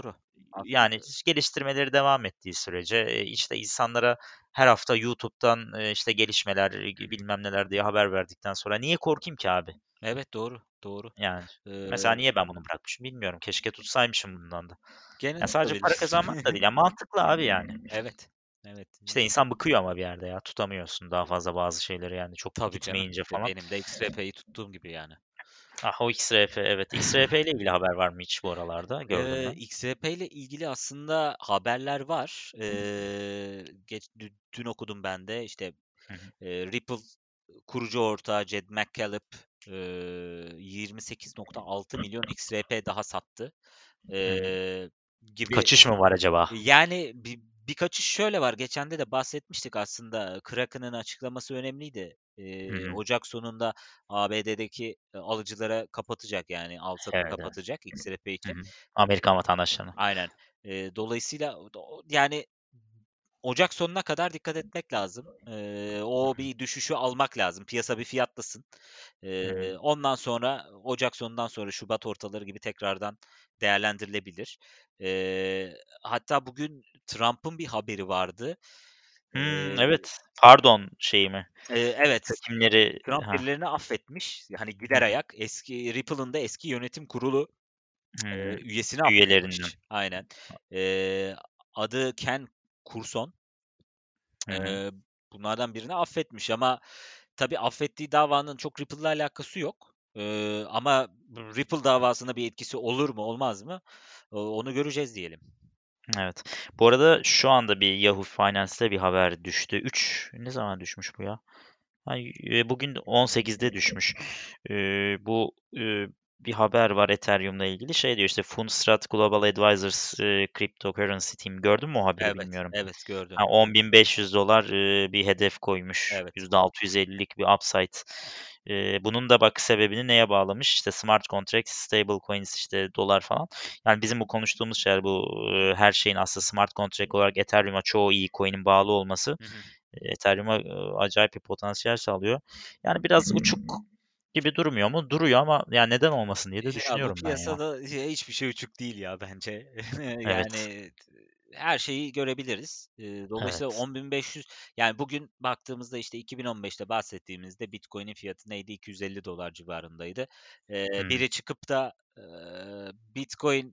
Speaker 1: yani
Speaker 2: Aslında
Speaker 1: geliştirmeleri devam ettiği sürece, eee, işte insanlara her hafta YouTube'dan, eee, işte gelişmeler,
Speaker 2: Hı hı.
Speaker 1: bilmem neler diye haber verdikten sonra niye korkayım ki abi?
Speaker 2: Evet, doğru, doğru.
Speaker 1: Yani. Mesela
Speaker 2: Eee,
Speaker 1: niye ben bunu bırakmışım bilmiyorum. Keşke tutsaymışım bundan da.
Speaker 2: gene
Speaker 1: Ya sadece para
Speaker 2: tutabilirsin.
Speaker 1: kazanmak da değil. Ya mantıklı abi yani.
Speaker 2: Evet, evet.
Speaker 1: İşte insan bıkıyor ama bir yerde ya. Tutamıyorsun daha fazla bazı şeyleri yani çok
Speaker 2: Tabii canım.
Speaker 1: gitmeyince
Speaker 2: Be
Speaker 1: falan.
Speaker 2: benim de X R P'yi tuttuğum gibi yani.
Speaker 1: Ah o X R P evet. X R P ile ilgili haber var mı hiç bu aralarda? Gördüm
Speaker 2: Eee,
Speaker 1: ben.
Speaker 2: X R P ile ilgili aslında haberler var. Eee, geç dü dün okudum ben de. İşte,
Speaker 1: Hı hı.
Speaker 2: eee, Ripple kurucu ortağı Jed McCaleb, eee, yirmi sekiz nokta altı milyon X R P daha sattı,
Speaker 1: Hı hı.
Speaker 2: eee, gibi.
Speaker 1: Kaçış mı var acaba?
Speaker 2: Yani bi bir kaçış şöyle var. Geçende de bahsetmiştik aslında. Kraken'ın açıklaması önemliydi.
Speaker 1: Hı
Speaker 2: Eee,
Speaker 1: hı.
Speaker 2: Ocak sonunda A B D'deki, eee, alıcılara kapatacak, yani al-satı
Speaker 1: Evet, evet.
Speaker 2: kapatacak X R P
Speaker 1: Hı
Speaker 2: için.
Speaker 1: hı. Amerikan vatandaşlarına.
Speaker 2: Aynen. Eee, dolayısıyla o do yani ocak sonuna kadar dikkat etmek lazım. Eee, o bir düşüşü almak lazım. Piyasa bir fiyatlasın.
Speaker 1: Hı hı.
Speaker 2: Eee, ondan sonra ocak sonundan sonra şubat ortaları gibi tekrardan değerlendirilebilir. Eee, hatta bugün Trump'ın bir haberi vardı.
Speaker 1: Hımm,
Speaker 2: Eee,
Speaker 1: evet. Pardon şeyi mi?
Speaker 2: eee, evet,
Speaker 1: Çekimleri
Speaker 2: Trump
Speaker 1: ha.
Speaker 2: birilerini affetmiş. Hani
Speaker 1: Hı
Speaker 2: gider
Speaker 1: hı.
Speaker 2: ayak eski Ripple'ın da eski yönetim kurulu Eee,
Speaker 1: Hımm.
Speaker 2: üyesini
Speaker 1: Üyelerinden.
Speaker 2: affetmiş. Aynen. Eee, adı Ken Kurson.
Speaker 1: Hı hı.
Speaker 2: Eee, bunlardan birini affetmiş ama tabii affettiği davanın çok Ripple'la alakası yok. Eee, ama bu Ripple davasına bir etkisi olur mu, olmaz mı? O onu göreceğiz diyelim.
Speaker 1: Evet. Bu arada şu anda bir Yahoo Finance'te bir haber düştü. Üç ne zaman düşmüş bu ya? Ay, eee, bugün on sekizde düşmüş. Eee, bu, eee, bir haber var Ethereum'la ilgili. Şey diyor işte Fundstrat Global Advisors eee, Cryptocurrency Team. Gördün mü o haberi
Speaker 2: Evet,
Speaker 1: bilmiyorum.
Speaker 2: evet gördüm.
Speaker 1: Ha, on bin beş yüz dolar eee, bir hedef koymuş.
Speaker 2: Evet.
Speaker 1: yüzde altı yüz ellilik bir upside. Eee, bunun da bak sebebini neye bağlamış? İşte smart contracts, stable coins, işte dolar falan. Yani bizim bu konuştuğumuz şeyler bu eee, her şeyin aslında smart contract olarak Ethereum'a çoğu iyi coin'in bağlı olması
Speaker 2: Hı hı.
Speaker 1: eee, Ethereum'a eee, acayip bir potansiyel sağlıyor. Yani biraz uçuk gibi durmuyor mu? Duruyor ama yani neden olmasın diye de
Speaker 2: Ya bu
Speaker 1: düşünüyorum ben ya.
Speaker 2: piyasada hi hiçbir şey uçuk değil ya bence.
Speaker 1: Evet,
Speaker 2: Yani t her şeyi görebiliriz. Eee, dolayısıyla
Speaker 1: evet.
Speaker 2: on bin beş yüz yani bugün baktığımızda işte iki bin on beşte bahsettiğimizde Bitcoin'in fiyatı neydi? iki yüz elli dolar civarındaydı.
Speaker 1: Hı
Speaker 2: Eee,
Speaker 1: hı.
Speaker 2: biri çıkıp da, eee, Bitcoin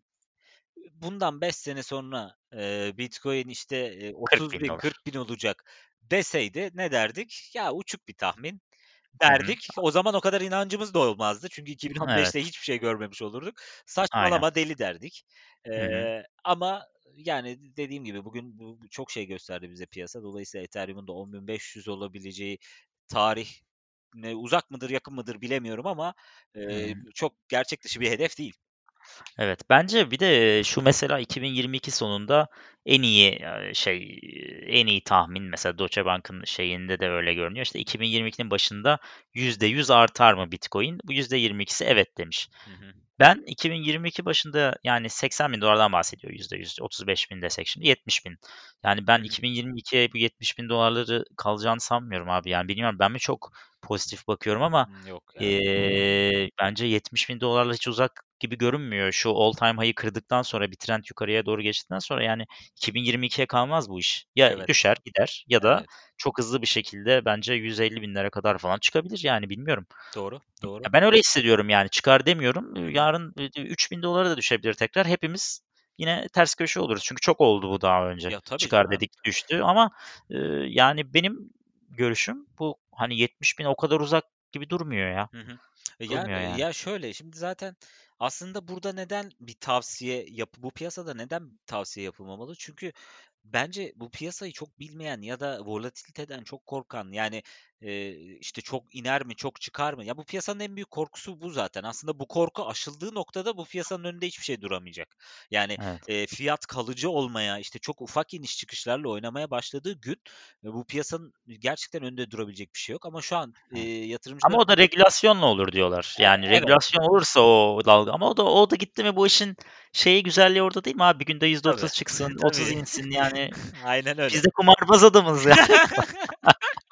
Speaker 2: bundan beş sene sonra, eee, Bitcoin işte, eee,
Speaker 1: kırk
Speaker 2: otuz
Speaker 1: bin
Speaker 2: bin
Speaker 1: dolar.
Speaker 2: kırk bin olacak deseydi ne derdik? Ya uçuk bir tahmin
Speaker 1: Hı hı.
Speaker 2: derdik. O zaman o kadar inancımız da olmazdı. Çünkü
Speaker 1: Evet,
Speaker 2: iki bin on beşte hiçbir şey görmemiş olurduk.
Speaker 1: aynen.
Speaker 2: Saçmalama, deli derdik.
Speaker 1: Hı hı.
Speaker 2: Eee, ama yani dediğim gibi bugün bu bu çok şey gösterdi bize piyasa. Dolayısıyla Ethereum'un da on bin beş yüz olabileceği tarih ne uzak mıdır, yakın mıdır bilemiyorum ama,
Speaker 1: Hı
Speaker 2: eee,
Speaker 1: hı.
Speaker 2: çok gerçek dışı bir hedef değil.
Speaker 1: Evet, bence bir de şu mesela iki bin yirmi iki sonunda en iyi, eee, şey, en iyi tahmin mesela Deutsche Bank'ın şeyinde de öyle görünüyor. İşte iki bin yirmi ikinin başında yüzde yüz artar mı Bitcoin? Bu yüzde yirmi ikisi evet demiş.
Speaker 2: Hı hı.
Speaker 1: Ben iki bin yirmi iki başında yani seksen bin dolardan bahsediyor yüzde yüz. otuz beş bin desek şimdi yetmiş bin. Yani
Speaker 2: Hı
Speaker 1: ben
Speaker 2: hı.
Speaker 1: iki bin yirmi ikiye bu yetmiş bin dolarları kalacağını sanmıyorum abi. Yani bilmiyorum ben mi çok pozitif bakıyorum ama
Speaker 2: Hımm, yok ya.
Speaker 1: eee, bence yetmiş bin dolarla hiç uzak gibi görünmüyor. Şu all time high'ı kırdıktan sonra bir trend yukarıya doğru geçtikten sonra yani iki bin yirmi ikiye kalmaz bu iş. Ya
Speaker 2: Evet,
Speaker 1: düşer gider ya da
Speaker 2: evet.
Speaker 1: çok hızlı bir şekilde bence yüz elli binlere kadar falan çıkabilir yani bilmiyorum.
Speaker 2: Doğru, doğru.
Speaker 1: Ya, ben öyle hissediyorum yani çıkar demiyorum.
Speaker 2: Hı
Speaker 1: Eee,
Speaker 2: hı.
Speaker 1: yarın, eee, üç bin dolara da düşebilir tekrar. Hepimiz yine ters köşe oluruz. Çünkü çok oldu bu daha önce.
Speaker 2: Ya, tabii
Speaker 1: Çıkar
Speaker 2: canım.
Speaker 1: dedik düştü ama, eee, yani benim görüşüm bu, hani, yetmiş bin o kadar uzak gibi durmuyor ya.
Speaker 2: Hı hı. E,
Speaker 1: Durmuyor
Speaker 2: yani,
Speaker 1: yani.
Speaker 2: ya, şöyle, şimdi zaten aslında burada neden bir tavsiye yapı bu piyasada neden tavsiye yapılmamalı? Çünkü bence bu piyasayı çok bilmeyen ya da volatiliteden çok korkan, yani, eee, işte, çok iner mi, çok çıkar mı? Ya, bu piyasanın en büyük korkusu bu zaten. Aslında bu korku aşıldığı noktada bu piyasanın önünde hiçbir şey duramayacak. Yani,
Speaker 1: Evet.
Speaker 2: eee, fiyat kalıcı olmaya, işte, çok ufak iniş çıkışlarla oynamaya başladığı gün, eee, bu piyasanın gerçekten önünde durabilecek bir şey yok ama şu an,
Speaker 1: Evet.
Speaker 2: eee,
Speaker 1: Ama
Speaker 2: yatırımcıların.
Speaker 1: o da regülasyonla olur diyorlar.
Speaker 2: E
Speaker 1: Yani
Speaker 2: evet,
Speaker 1: regülasyon olursa o dalga ama o da o da gitti mi bu işin şeyi güzelliği orada değil mi abi? Bir günde yüzde
Speaker 2: tabii.
Speaker 1: otuz çıksın, otuz
Speaker 2: Tabii.
Speaker 1: insin yani.
Speaker 2: Aynen öyle.
Speaker 1: Biz de kumarbaz adamız yani.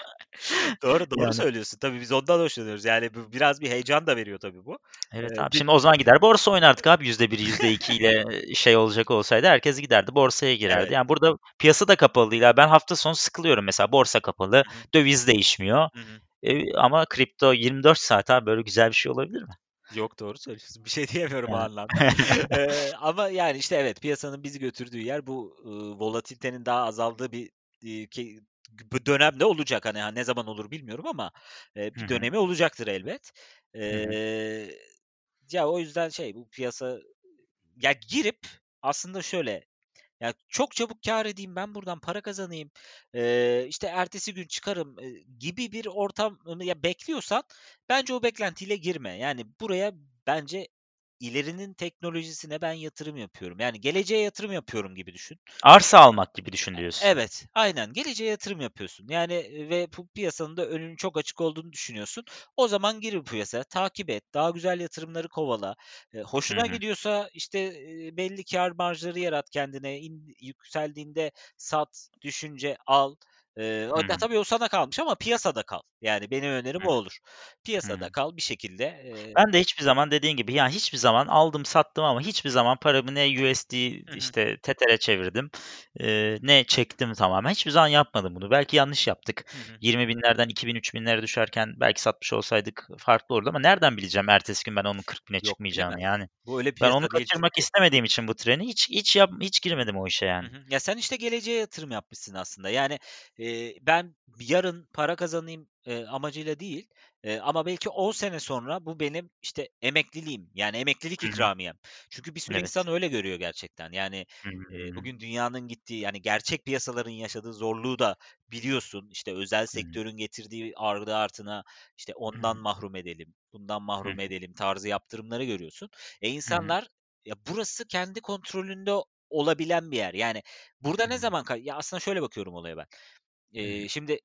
Speaker 2: Doğru, doğru
Speaker 1: Yani.
Speaker 2: söylüyorsun. Tabii biz ondan hoşlanıyoruz. Yani bu biraz bir heyecan da veriyor tabii bu.
Speaker 1: Evet
Speaker 2: Eee,
Speaker 1: abi.
Speaker 2: bir
Speaker 1: Şimdi o zaman gider borsa oynardık abi. yüzde bir, yüzde iki ile şey olacak olsaydı herkes giderdi borsaya girerdi.
Speaker 2: Evet.
Speaker 1: Yani burada piyasa da kapalı değil abi. Ben hafta sonu sıkılıyorum mesela. Borsa kapalı,
Speaker 2: Hı hı.
Speaker 1: döviz değişmiyor.
Speaker 2: Hı hı.
Speaker 1: Eee, ama kripto yirmi dört saat abi böyle güzel bir şey olabilir mi?
Speaker 2: Yok, doğru söylüyorsun. Bir şey diyemiyorum o
Speaker 1: Yani.
Speaker 2: anlamda. Eee, ama yani, işte, evet, piyasanın bizi götürdüğü yer bu, ııı, volatilitenin daha azaldığı bir, iii, ki bu dönemde olacak. Hani, ha, ne zaman olur bilmiyorum ama, eee,
Speaker 1: Hı
Speaker 2: bir
Speaker 1: hı.
Speaker 2: dönemi olacaktır elbet.
Speaker 1: Hı hı.
Speaker 2: Eee, ya, o yüzden şey, bu piyasa ya, girip aslında şöyle, ya, çok çabuk kâr edeyim, ben buradan para kazanayım, eee, işte, ertesi gün çıkarım, eee, gibi bir ortam ya bekliyorsan bence o beklentiyle girme. Yani, buraya bence ilerinin teknolojisine ben yatırım yapıyorum. Yani, geleceğe yatırım yapıyorum gibi düşün.
Speaker 1: Arsa almak gibi düşün diyorsun.
Speaker 2: Evet, aynen. Geleceğe yatırım yapıyorsun. Yani, eee, ve bu piyasanın da önünün çok açık olduğunu düşünüyorsun. O zaman gir bu piyasaya, takip et, daha güzel yatırımları kovala. Eee,
Speaker 1: Hı
Speaker 2: hoşuna
Speaker 1: hı.
Speaker 2: gidiyorsa, işte, eee, belli kâr marjları yarat kendine. İn yükseldiğinde sat, düşünce al. Eee,
Speaker 1: Hı
Speaker 2: o da
Speaker 1: hı.
Speaker 2: tabii o sana kalmış ama piyasada kal. Yani benim önerim
Speaker 1: Hı
Speaker 2: o
Speaker 1: hı.
Speaker 2: olur.
Speaker 1: Hı hı.
Speaker 2: Piyasada kal bir şekilde. Eee
Speaker 1: Ben de hiçbir zaman dediğin gibi, yani, hiçbir zaman aldım sattım ama hiçbir zaman paramı ne U S D,
Speaker 2: Hı hı.
Speaker 1: işte, Tether'e çevirdim, eee, ne çektim tamamen. Hiçbir zaman yapmadım bunu. Belki yanlış yaptık.
Speaker 2: Hı hı.
Speaker 1: yirmi binlerden iki bin üç binlere düşerken belki satmış olsaydık farklı olurdu ama nereden bileceğim ertesi gün ben onun kırk bine
Speaker 2: Yok,
Speaker 1: çıkmayacağını
Speaker 2: bilemezsin.
Speaker 1: yani.
Speaker 2: Bu öyle
Speaker 1: Ben onu
Speaker 2: piyasa değil
Speaker 1: kaçırmak
Speaker 2: çünkü.
Speaker 1: istemediğim için bu treni hiç hiç yap hiç girmedim o işe
Speaker 2: Hı
Speaker 1: yani.
Speaker 2: hı. Ya, sen, işte, geleceğe yatırım yapmışsın aslında. Yani, eee, ben yarın para kazanayım, eee, amacıyla değil, eee, ama belki on sene sonra bu benim, işte, emekliliğim, yani, emeklilik
Speaker 1: Hı hı.
Speaker 2: ikramiyem. Çünkü bir sürü
Speaker 1: Evet.
Speaker 2: insan öyle görüyor gerçekten. Yani,
Speaker 1: Hı
Speaker 2: eee,
Speaker 1: hı.
Speaker 2: bugün dünyanın gittiği, yani, gerçek piyasaların yaşadığı zorluğu da biliyorsun. İşte, özel
Speaker 1: Hı hı.
Speaker 2: sektörün getirdiği ardı artına, işte,
Speaker 1: Hı hı.
Speaker 2: ondan mahrum edelim, bundan
Speaker 1: Hı
Speaker 2: mahrum
Speaker 1: hı.
Speaker 2: edelim tarzı yaptırımları görüyorsun. E,
Speaker 1: Hı hı.
Speaker 2: insanlar ya, burası kendi kontrolünde olabilen bir yer. Yani, burada
Speaker 1: Hı
Speaker 2: ne
Speaker 1: hı.
Speaker 2: zaman kay ya, aslında şöyle bakıyorum olaya ben.
Speaker 1: Hı hı.
Speaker 2: Eee, şimdi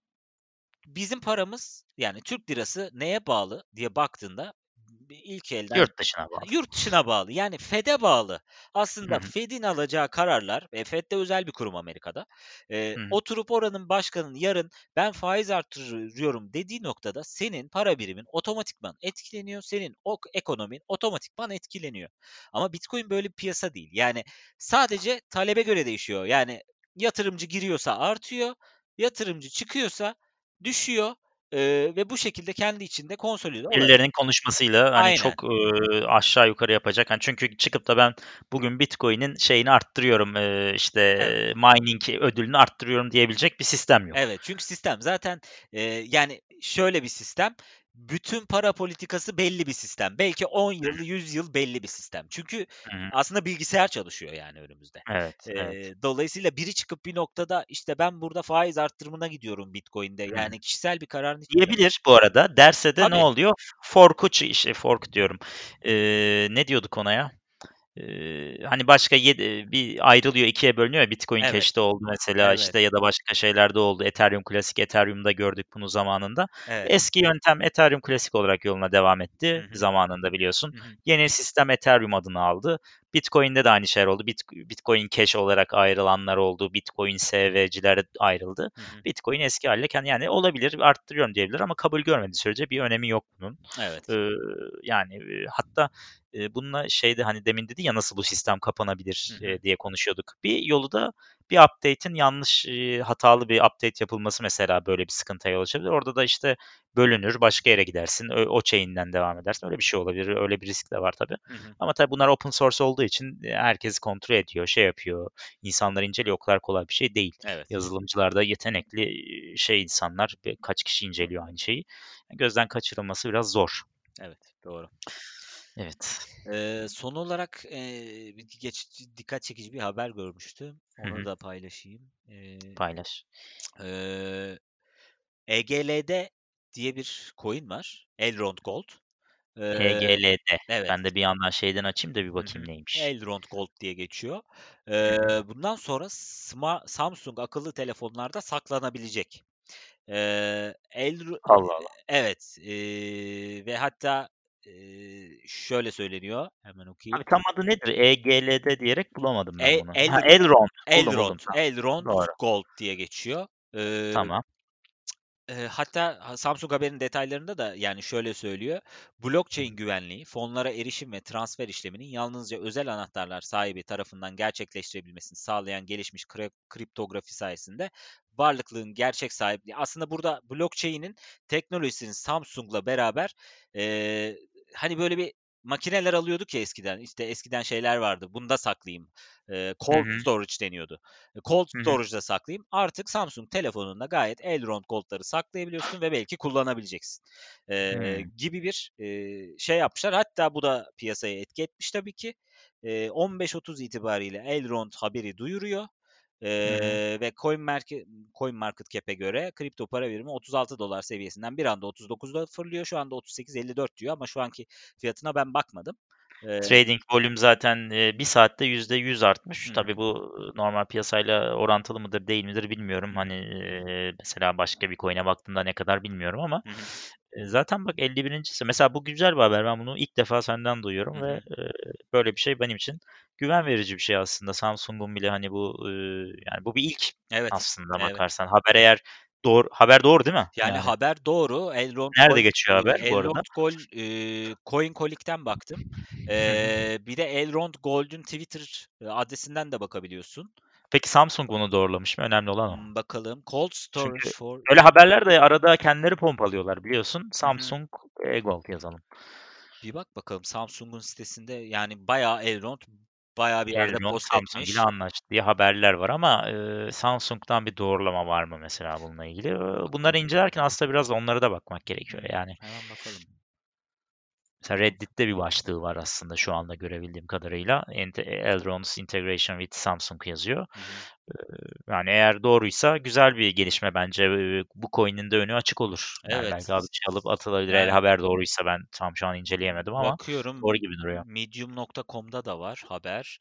Speaker 2: bizim paramız, yani Türk lirası neye bağlı diye baktığında bir ilk elden
Speaker 1: Yurt dışına
Speaker 2: Ha,
Speaker 1: bağlı.
Speaker 2: yurt dışına bağlı. Yani FED'e bağlı.
Speaker 1: Hı
Speaker 2: Aslında
Speaker 1: hı.
Speaker 2: FED'in alacağı kararlar, e, FED de özel bir kurum Amerika'da. Eee,
Speaker 1: Hı hı.
Speaker 2: oturup oranın başkanının yarın ben faiz arttırıyorum dediği noktada senin para birimin otomatikman etkileniyor. Senin ok ekonomin otomatikman etkileniyor. Ama Bitcoin böyle bir piyasa değil. Yani sadece talebe göre değişiyor. Yani yatırımcı giriyorsa artıyor, yatırımcı çıkıyorsa düşüyor, eee, ve bu şekilde kendi içinde konsolide olarak.
Speaker 1: Birilerinin konuşmasıyla, hani,
Speaker 2: Aynen.
Speaker 1: çok, ııı, aşağı yukarı yapacak. Hani, çünkü çıkıp da ben bugün Bitcoin'in şeyini arttırıyorum, eee,
Speaker 2: Evet.
Speaker 1: işte, mining ödülünü arttırıyorum diyebilecek bir sistem yok.
Speaker 2: Evet, çünkü sistem zaten, eee, yani, şöyle bir sistem, bütün para politikası belli bir sistem. Belki on
Speaker 1: Hı
Speaker 2: yıl, yüz yıl belli bir sistem. Çünkü
Speaker 1: hı. Hı hı.
Speaker 2: aslında bilgisayar çalışıyor yani önümüzde.
Speaker 1: Evet, evet.
Speaker 2: Eee, dolayısıyla biri çıkıp bir noktada, işte, ben burada faiz arttırımına gidiyorum Bitcoin'de,
Speaker 1: Hı hı.
Speaker 2: yani kişisel bir kararın içinde.
Speaker 1: Diyebilir bu arada. Derse de ne
Speaker 2: Tabii,
Speaker 1: oluyor? Fork'u çı işte, fork diyorum. Eee, ne diyorduk ona ya? Eee, hani, başka yed bir ayrılıyor, ikiye bölünüyor ya, Bitcoin
Speaker 2: evet,
Speaker 1: Cash'te oldu mesela,
Speaker 2: evet,
Speaker 1: işte, ya da başka şeylerde oldu. Ethereum Classic, Ethereum'da gördük bunu zamanında.
Speaker 2: evet.
Speaker 1: Eski yöntem Ethereum Classic olarak yoluna devam
Speaker 2: Hı
Speaker 1: etti
Speaker 2: hı.
Speaker 1: zamanında biliyorsun.
Speaker 2: Hı hı.
Speaker 1: Yeni sistem Ethereum adını aldı. Bitcoin'de de aynı şeyler oldu. Bit Bitcoin Cash olarak ayrılanlar oldu. Bitcoin S V'ciler ayrıldı.
Speaker 2: Hı hı.
Speaker 1: Bitcoin eski hâliyle kendi yani olabilir, arttırıyorum diyebilir ama kabul görmediği sürece bir önemi yok bunun.
Speaker 2: Evet.
Speaker 1: Iıı, yani, eee, hatta Eee, bununla şeyde, hani, demin dedin ya, "Nasıl bu sistem
Speaker 2: Hı
Speaker 1: kapanabilir?"
Speaker 2: hı.
Speaker 1: eee, diye konuşuyorduk. Bir yolu da bir update'in yanlış, eee, hatalı bir update yapılması mesela böyle bir sıkıntıya yol açabilir. Orada da, işte, bölünür, başka yere gidersin, ö o chain'den devam edersin. Öyle bir şey olabilir, öyle bir risk de var tabii.
Speaker 2: Hı hı.
Speaker 1: Ama tabii bunlar open source olduğu için, eee, herkes kontrol ediyor, şey yapıyor, insanlar inceliyor. O kadar kolay bir şey değil.
Speaker 2: Evet.
Speaker 1: Yazılımcılar da yetenekli, eee, şey insanlar, birkaç kişi inceliyor aynı şeyi. Gözden kaçırılması biraz zor.
Speaker 2: Evet, doğru.
Speaker 1: Evet.
Speaker 2: Eee, son olarak, eee, bir geç dikkat çekici bir haber görmüştüm.
Speaker 1: Hı
Speaker 2: Onu
Speaker 1: hı.
Speaker 2: da paylaşayım. Eee,
Speaker 1: Paylaş.
Speaker 2: eee, E G L D diye bir coin var. Elrond Gold. Eee,
Speaker 1: E G L D.
Speaker 2: evet.
Speaker 1: Ben de bir yandan şeyden açayım da bir
Speaker 2: Hı hı.
Speaker 1: bakayım neymiş.
Speaker 2: Elrond Gold diye geçiyor.
Speaker 1: Hı hı.
Speaker 2: Eee, bundan sonra Sma Samsung akıllı telefonlarda saklanabilecek. Eee, Elr
Speaker 1: Allah Allah.
Speaker 2: evet, eee, ve hatta, eee, şöyle söyleniyor, hemen
Speaker 1: Abi
Speaker 2: okuyayım.
Speaker 1: tam adı nedir? E G L D diyerek bulamadım ben
Speaker 2: E
Speaker 1: bunu. Ha,
Speaker 2: Elr
Speaker 1: Elrond. Buldum, buldum.
Speaker 2: Elrond,
Speaker 1: Tamam.
Speaker 2: Elrond
Speaker 1: Doğru.
Speaker 2: Gold diye geçiyor. Eee,
Speaker 1: Tamam.
Speaker 2: Eee, hatta ha Samsung haberin detaylarında da, yani, şöyle söylüyor:
Speaker 1: Hı
Speaker 2: "Blockchain
Speaker 1: hı.
Speaker 2: güvenliği, fonlara erişim ve transfer işleminin yalnızca özel anahtarlar sahibi tarafından gerçekleştirebilmesini sağlayan gelişmiş kre kriptografi sayesinde varlıklığın gerçek sahipliği." Aslında burada blockchain'in teknolojisini Samsung'la beraber, eee, hani, böyle bir makineler alıyorduk ya eskiden, işte, eskiden şeyler vardı, "Bunda saklayayım." Eee,
Speaker 1: Hı
Speaker 2: cold
Speaker 1: hı.
Speaker 2: storage deniyordu. E, cold
Speaker 1: Hı hı.
Speaker 2: storage'da saklayayım. Artık Samsung telefonunda gayet Elrond Gold'ları saklayabiliyorsun ve belki kullanabileceksin, eee,
Speaker 1: Hımm.
Speaker 2: gibi bir, eee, şey yapmışlar. Hatta bu da piyasaya etki etmiş tabii ki. Eee, on beş otuz itibariyle Elrond haberi duyuruyor,
Speaker 1: Hı hı.
Speaker 2: eee, ve CoinMarke CoinMarketCap'e göre kripto para birimi otuz altı dolar seviyesinden bir anda otuz dokuza fırlıyor. Şu anda otuz sekiz elli dört diyor ama şu anki fiyatına ben bakmadım. Eee
Speaker 1: Trading volüm zaten, eee, bir saatte yüzde yüz artmış.
Speaker 2: Hı hı.
Speaker 1: Tabii bu, ııı, normal piyasayla orantılı mıdır, değil midir bilmiyorum.
Speaker 2: Hı
Speaker 1: Hani,
Speaker 2: hı.
Speaker 1: eee, mesela başka bir coin'e baktığımda ne kadar bilmiyorum ama,
Speaker 2: Hı hı.
Speaker 1: eee, zaten bak elli birincisi mesela bu güzel bir haber. Ben bunu ilk defa senden
Speaker 2: Hı
Speaker 1: duyuyorum ve,
Speaker 2: hı.
Speaker 1: eee, böyle bir şey benim için güven verici bir şey aslında. Samsung'un bile, hani, bu, ııı, yani, bu bir ilk
Speaker 2: Evet,
Speaker 1: aslında
Speaker 2: evet.
Speaker 1: bakarsan. Haber eğer doğru haber doğru değil mi
Speaker 2: Yani
Speaker 1: yani?
Speaker 2: haber doğru. Elrond
Speaker 1: Nerede
Speaker 2: Gold,
Speaker 1: geçiyor
Speaker 2: eee,
Speaker 1: haber bu arada?
Speaker 2: Elrond Gold, eee, CoinColic'ten baktım.
Speaker 1: Hı hı.
Speaker 2: Eee, bir de Elrond Gold'un Twitter, eee, adresinden de bakabiliyorsun.
Speaker 1: Peki Samsung bunu doğrulamış mı? Önemli olan o.
Speaker 2: Imm, bakalım. Cold storage
Speaker 1: Çünkü
Speaker 2: for
Speaker 1: öyle haberler de arada kendileri pompalıyorlar biliyorsun.
Speaker 2: Hı hı.
Speaker 1: Samsung e-gold yazalım.
Speaker 2: Bir bak bakalım Samsung'un sitesinde, yani bayağı Elrond bayağı bir yerde
Speaker 1: Elrond
Speaker 2: post
Speaker 1: Samsung ile
Speaker 2: etmiş.
Speaker 1: anlaştı diye haberler var ama, eee, Samsung'dan bir doğrulama var mı mesela bununla ilgili? Eee, bunları
Speaker 2: Bakalım.
Speaker 1: incelerken aslında biraz da onlara da bakmak gerekiyor
Speaker 2: Hımm,
Speaker 1: yani.
Speaker 2: hemen bakalım.
Speaker 1: Mesela Reddit'te bir başlığı var aslında şu anda görebildiğim kadarıyla. Ente Elrond's integration with Samsung yazıyor.
Speaker 2: Hı hı.
Speaker 1: Eee, yani eğer doğruysa güzel bir gelişme bence. Eee, bu coin'in de önü açık olur. Yani
Speaker 2: Evet.
Speaker 1: belki abi bir şey alıp atılabilir. Eğer
Speaker 2: Yani
Speaker 1: haber doğruysa ben tam şu an inceleyemedim ama
Speaker 2: bakıyorum
Speaker 1: doğru gibi duruyor.
Speaker 2: medium nokta com'da da var haber.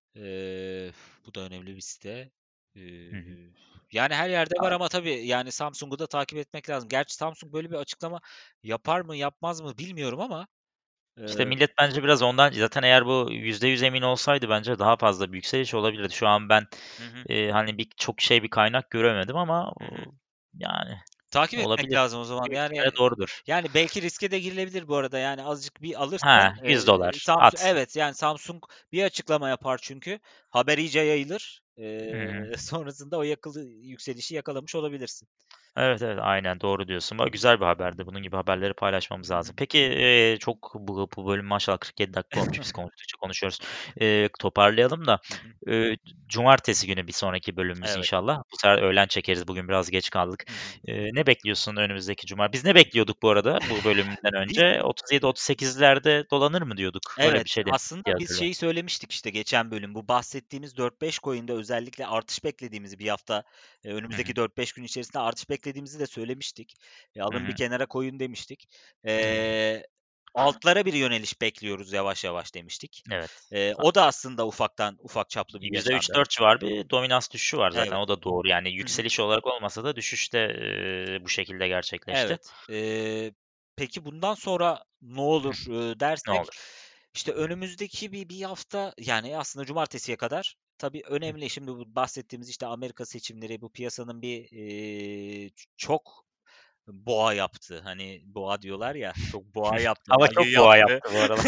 Speaker 2: Eee, bu da önemli bir site.
Speaker 1: Hı hı.
Speaker 2: Eee, yani her yerde var ama tabii, yani Samsung'u da takip etmek lazım. Gerçi Samsung böyle bir açıklama yapar mı yapmaz mı bilmiyorum ama,
Speaker 1: İşte
Speaker 2: eee
Speaker 1: millet bence biraz ondan zaten eğer bu yüzde yüz emin olsaydı bence daha fazla bir yükseliş olabilirdi. Şu an ben,
Speaker 2: Hı hı.
Speaker 1: eee, hani, bir çok şey bir kaynak göremedim ama,
Speaker 2: Hı hı.
Speaker 1: ooo, yani
Speaker 2: Takip etmek
Speaker 1: olabilir.
Speaker 2: lazım o zaman.
Speaker 1: Büyük
Speaker 2: Yani
Speaker 1: ihtimalle doğrudur.
Speaker 2: yani belki riske de girilebilir bu arada. Yani azıcık bir
Speaker 1: He,
Speaker 2: alırsan,
Speaker 1: yüz
Speaker 2: eee,
Speaker 1: dolar
Speaker 2: Samsu
Speaker 1: at.
Speaker 2: evet, yani Samsung bir açıklama yapar çünkü. Haber iyice yayılır.
Speaker 1: Hı hı.
Speaker 2: Eee, sonrasında o yakılı yükselişi yakalamış olabilirsin.
Speaker 1: Evet, evet, aynen doğru diyorsun. Bak güzel bir haberdi. Bunun gibi haberleri paylaşmamız
Speaker 2: Hı hı.
Speaker 1: lazım. Peki, eee, çok bu bu bölüm maşallah kırk yedi dakika olmuş. Biz konuştukça konuşuyoruz. Eee, toparlayalım da,
Speaker 2: Hı hı.
Speaker 1: eee, cumartesi günü bir sonraki bölümümüz
Speaker 2: Evet.
Speaker 1: inşallah. Bu sefer öğlen çekeriz. Bugün biraz geç kaldık.
Speaker 2: Hı hı.
Speaker 1: Eee, ne bekliyorsun önümüzdeki cuma? Biz ne bekliyorduk bu arada bu bölümden
Speaker 2: Biz
Speaker 1: önce? otuz yedi otuz sekizlerde dolanır mı diyorduk? Öyle
Speaker 2: Evet,
Speaker 1: bir şey demiştik diye
Speaker 2: aslında biz
Speaker 1: hatırlıyorum.
Speaker 2: şeyi söylemiştik işte geçen bölüm. Bu bahsettiğimiz dört beş coin'de özellikle artış beklediğimizi bir hafta, eee,
Speaker 1: Hı
Speaker 2: önümüzdeki
Speaker 1: hı.
Speaker 2: dört beş gün içerisinde artış beklediğimizi de söylemiştik. E,
Speaker 1: Hı
Speaker 2: alın bir
Speaker 1: hı.
Speaker 2: kenara koyun demiştik.
Speaker 1: Hı hı.
Speaker 2: Eee, altlara bir yöneliş bekliyoruz yavaş yavaş demiştik.
Speaker 1: Evet.
Speaker 2: Eee, o da aslında ufaktan ufak çaplı bir
Speaker 1: yüzde üç
Speaker 2: yaşandı.
Speaker 1: dört civarı bir dominans düşüşü var zaten.
Speaker 2: Evet.
Speaker 1: O da doğru. Yani
Speaker 2: Hı hı.
Speaker 1: yükseliş olarak olmasa da düşüş de, eee, bu şekilde gerçekleşti.
Speaker 2: Evet. Eee, peki bundan sonra ne olur,
Speaker 1: Hıh.
Speaker 2: ııı,
Speaker 1: Ne
Speaker 2: dersek,
Speaker 1: olur?
Speaker 2: işte önümüzdeki bir bir hafta, yani aslında cumartesiye kadar tabii
Speaker 1: Hı.
Speaker 2: önemli. Şimdi bu bahsettiğimiz, işte, Amerika seçimleri bu piyasanın bir, eee, ç çok boğa yaptı. Hani, boğa diyorlar ya, çok boğa yaptı,
Speaker 1: Hava
Speaker 2: banyo
Speaker 1: çok boğa
Speaker 2: yaptı.
Speaker 1: yaptı bu aralar.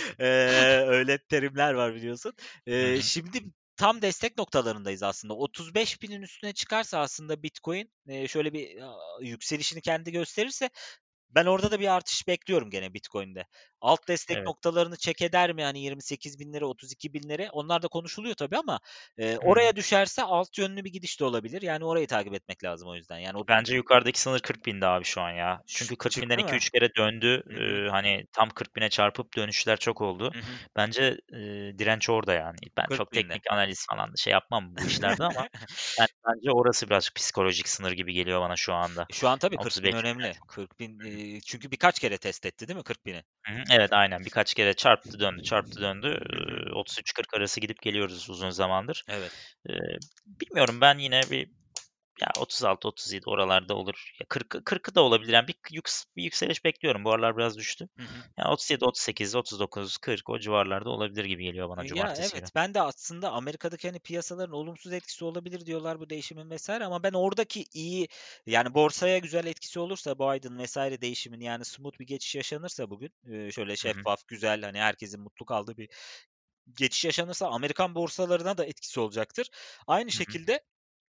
Speaker 2: Eee, öyle terimler var biliyorsun.
Speaker 1: Hı
Speaker 2: Eee,
Speaker 1: hı.
Speaker 2: şimdi tam destek noktalarındayız aslında. otuz beş binin üstüne çıkarsa aslında Bitcoin, eee, şöyle bir, aaa, yükselişini kendi gösterirse ben orada da bir artış bekliyorum gene Bitcoin'de. Alt destek
Speaker 1: Evet.
Speaker 2: noktalarını çek eder mi? Hani yirmi sekiz binlere, otuz iki binlere onlar da konuşuluyor tabii ama, eee,
Speaker 1: Hı hı.
Speaker 2: oraya düşerse alt yönlü bir gidiş de olabilir. Yani orayı takip etmek lazım o yüzden. Yani otuz
Speaker 1: Bence yukarıdaki sınır kırk bindi abi şu an ya.
Speaker 2: Ş
Speaker 1: Çünkü kırk binden
Speaker 2: çıktı
Speaker 1: iki
Speaker 2: mı?
Speaker 1: üç kere döndü.
Speaker 2: Hı hı.
Speaker 1: Eee, hani tam kırk bine çarpıp dönüşler çok oldu.
Speaker 2: Hı hı.
Speaker 1: Bence, eee, direnç orada yani. Ben çok
Speaker 2: kırk binde.
Speaker 1: teknik analiz falan şey yapmam bu işlerde ama yani bence orası biraz psikolojik sınır gibi geliyor bana şu anda.
Speaker 2: E, şu an tabii kırk bin
Speaker 1: otuz beş binden
Speaker 2: önemli.
Speaker 1: çok.
Speaker 2: kırk bin,
Speaker 1: Hı hı.
Speaker 2: eee, çünkü birkaç kere test etti değil mi kırk bini?
Speaker 1: Hı hı. Evet, aynen. Birkaç kere çarptı döndü, çarptı döndü.
Speaker 2: Hı hı.
Speaker 1: Eee, otuz üç kırk arası gidip geliyoruz uzun zamandır.
Speaker 2: Evet.
Speaker 1: Eee, bilmiyorum ben yine bir Ya otuz altı otuz yedi oralarda olur. Ya kırk kırkı da olabilir. Yani bir yüks bir yükseliş bekliyorum. Bu aralar biraz düştü.
Speaker 2: Hı hı.
Speaker 1: Ya otuz yedi otuz sekiz otuz dokuz kırk o civarlarda olabilir gibi geliyor bana
Speaker 2: Ya,
Speaker 1: cumartesi günü.
Speaker 2: evet, ben de aslında Amerika'daki, hani, piyasaların olumsuz etkisi olabilir diyorlar bu değişimin vesaire ama ben oradaki iyi, yani, borsaya güzel etkisi olursa Biden vesaire değişimin, yani, smooth bir geçiş yaşanırsa bugün, eee, şöyle
Speaker 1: Hı hı.
Speaker 2: şeffaf, güzel, hani, herkesin mutlu kaldığı bir geçiş yaşanırsa Amerikan borsalarına da etkisi olacaktır. Aynı
Speaker 1: Hı hı.
Speaker 2: şekilde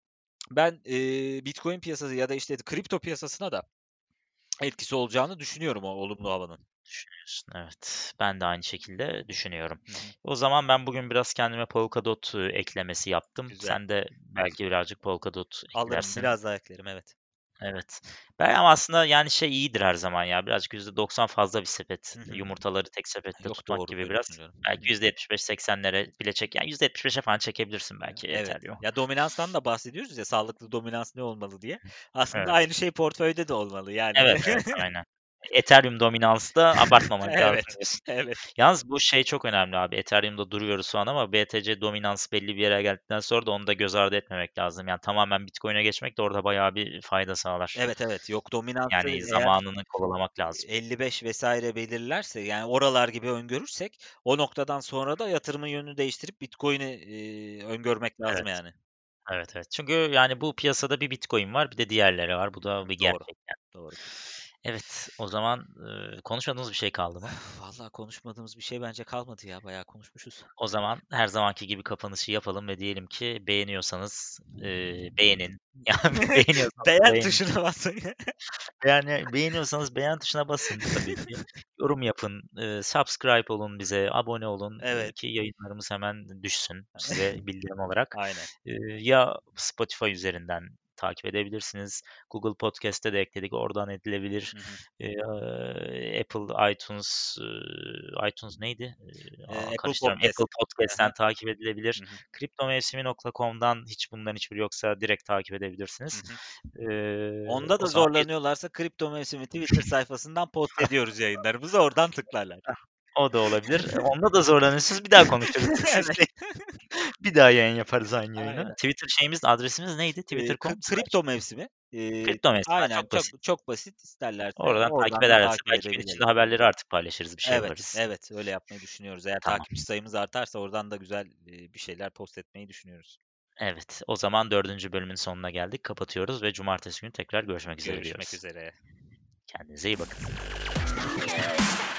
Speaker 2: ben, eee, Bitcoin piyasası ya da, işte, kripto piyasasına da etkisi olacağını düşünüyorum o olumlu havanın.
Speaker 1: Düşünüyorsun, evet. Ben de aynı şekilde düşünüyorum.
Speaker 2: Hı hı.
Speaker 1: O zaman ben bugün biraz kendime Polkadot, ııı, eklemesi yaptım.
Speaker 2: Güzel.
Speaker 1: Sen de belki birazcık Polkadot
Speaker 2: Alırım,
Speaker 1: eklersin.
Speaker 2: biraz daha eklerim, evet.
Speaker 1: Evet. Ben ama aslında, yani, şey iyidir her zaman ya, birazcık yüzde doksan fazla bir sepet.
Speaker 2: Hı hı.
Speaker 1: Yumurtaları tek sepette
Speaker 2: Yok,
Speaker 1: tutmak
Speaker 2: doğru,
Speaker 1: gibi
Speaker 2: öyle
Speaker 1: biraz.
Speaker 2: düşünüyorum. Hı
Speaker 1: Belki
Speaker 2: hı.
Speaker 1: yüzde yetmiş beş seksenlere bile çek yani yüzde yetmiş beşe falan çekebilirsin
Speaker 2: Ya,
Speaker 1: belki
Speaker 2: evet.
Speaker 1: Ethereum'u.
Speaker 2: Ya, dominanstan da bahsediyoruz ya, sağlıklı dominans ne olmalı diye. Aslında
Speaker 1: Evet.
Speaker 2: aynı şey portföyde de olmalı yani.
Speaker 1: Evet, evet, aynen. Ethereum dominansta abartmamak lazım
Speaker 2: Evet,
Speaker 1: diyorsun.
Speaker 2: evet.
Speaker 1: Yalnız bu şey çok önemli abi, Ethereum'da duruyoruz falan ama B T C dominansı belli bir yere geldikten sonra da onu da göz ardı etmemek lazım. Yani tamamen Bitcoin'e geçmek de orada bayağı bir fayda sağlar.
Speaker 2: Evet, evet. Yok, dominansı
Speaker 1: Yani
Speaker 2: eğer
Speaker 1: zamanını kollamamak lazım.
Speaker 2: elli beş vesaire belirlerse, yani oralar gibi öngörürsek o noktadan sonra da yatırımın yönünü değiştirip Bitcoin'i, eee, öngörmek lazım
Speaker 1: Evet,
Speaker 2: yani.
Speaker 1: evet, evet. Çünkü yani bu piyasada bir Bitcoin var, bir de diğerleri var. Bu da bir
Speaker 2: Doğru,
Speaker 1: gerçek yani.
Speaker 2: doğru.
Speaker 1: Evet, o zaman, ııı, konuşmadığımız bir şey kaldı mı?
Speaker 2: Vallahi konuşmadığımız bir şey bence kalmadı ya, bayağı konuşmuşuz.
Speaker 1: O zaman her zamanki gibi kapanışı yapalım ve diyelim ki beğeniyorsanız, eee, beğenin. Yani beğeniyorsanız
Speaker 2: Beğen
Speaker 1: beğenin.
Speaker 2: tuşuna basın.
Speaker 1: Yani beğeniyorsanız beğen tuşuna basın tabii ki. Yorum yapın, eee, subscribe olun bize, abone olun, eee,
Speaker 2: Evet.
Speaker 1: ki yayınlarımız hemen düşsün size bildirim olarak.
Speaker 2: Aynen.
Speaker 1: Eee, ya Spotify üzerinden takip edebilirsiniz. Google Podcast'te de ekledik, oradan edilebilir.
Speaker 2: Hı hı.
Speaker 1: Eee, Apple, iTunes, ııı, iTunes neydi? Eee,
Speaker 2: Eee,
Speaker 1: aaa,
Speaker 2: Apple
Speaker 1: karıştırıyorum.
Speaker 2: Podcast.
Speaker 1: Apple
Speaker 2: Hı hı.
Speaker 1: Podcast'ten takip edilebilir.
Speaker 2: Hı hı.
Speaker 1: kriptomevsimi nokta com'dan hiç bunların hiçbiri yoksa direkt takip
Speaker 2: Hı
Speaker 1: edebilirsiniz.
Speaker 2: hı.
Speaker 1: Eee,
Speaker 2: Onda
Speaker 1: o
Speaker 2: da
Speaker 1: zaman bir
Speaker 2: zorlanıyorlarsa Kripto Mevsimi Twitter sayfasından post ediyoruz yayınlarımızı, oradan tıklarlar.
Speaker 1: o da olabilir. E, onda da zorlanırsanız bir daha konuşuruz
Speaker 2: Evet.
Speaker 1: sizle. Bir daha yayın yaparız aynı yayını.
Speaker 2: Aynen.
Speaker 1: Twitter şeyimiz, adresimiz neydi?
Speaker 2: Eee,
Speaker 1: twitter nokta
Speaker 2: kı
Speaker 1: com slash
Speaker 2: kripto mevsimi. Eee,
Speaker 1: kripto mevsimi. Ha,
Speaker 2: aynen,
Speaker 1: çok
Speaker 2: çok
Speaker 1: basit.
Speaker 2: çok basit. İsterlerse
Speaker 1: Oradan takip
Speaker 2: oradan da
Speaker 1: ederlerse
Speaker 2: takip
Speaker 1: belki gün içinde
Speaker 2: edebilirler.
Speaker 1: haberleri artık paylaşırız, bir şey
Speaker 2: Evet,
Speaker 1: yaparız.
Speaker 2: evet, öyle yapmayı düşünüyoruz. Eğer
Speaker 1: Tamam.
Speaker 2: takipçi sayımız artarsa oradan da güzel, eee, bir şeyler post etmeyi düşünüyoruz.
Speaker 1: Evet, o zaman dördüncü bölümün sonuna geldik. Kapatıyoruz ve cumartesi günü tekrar görüşmek üzere
Speaker 2: Görüşmek
Speaker 1: diyoruz.
Speaker 2: üzere.
Speaker 1: Kendinize iyi bakın.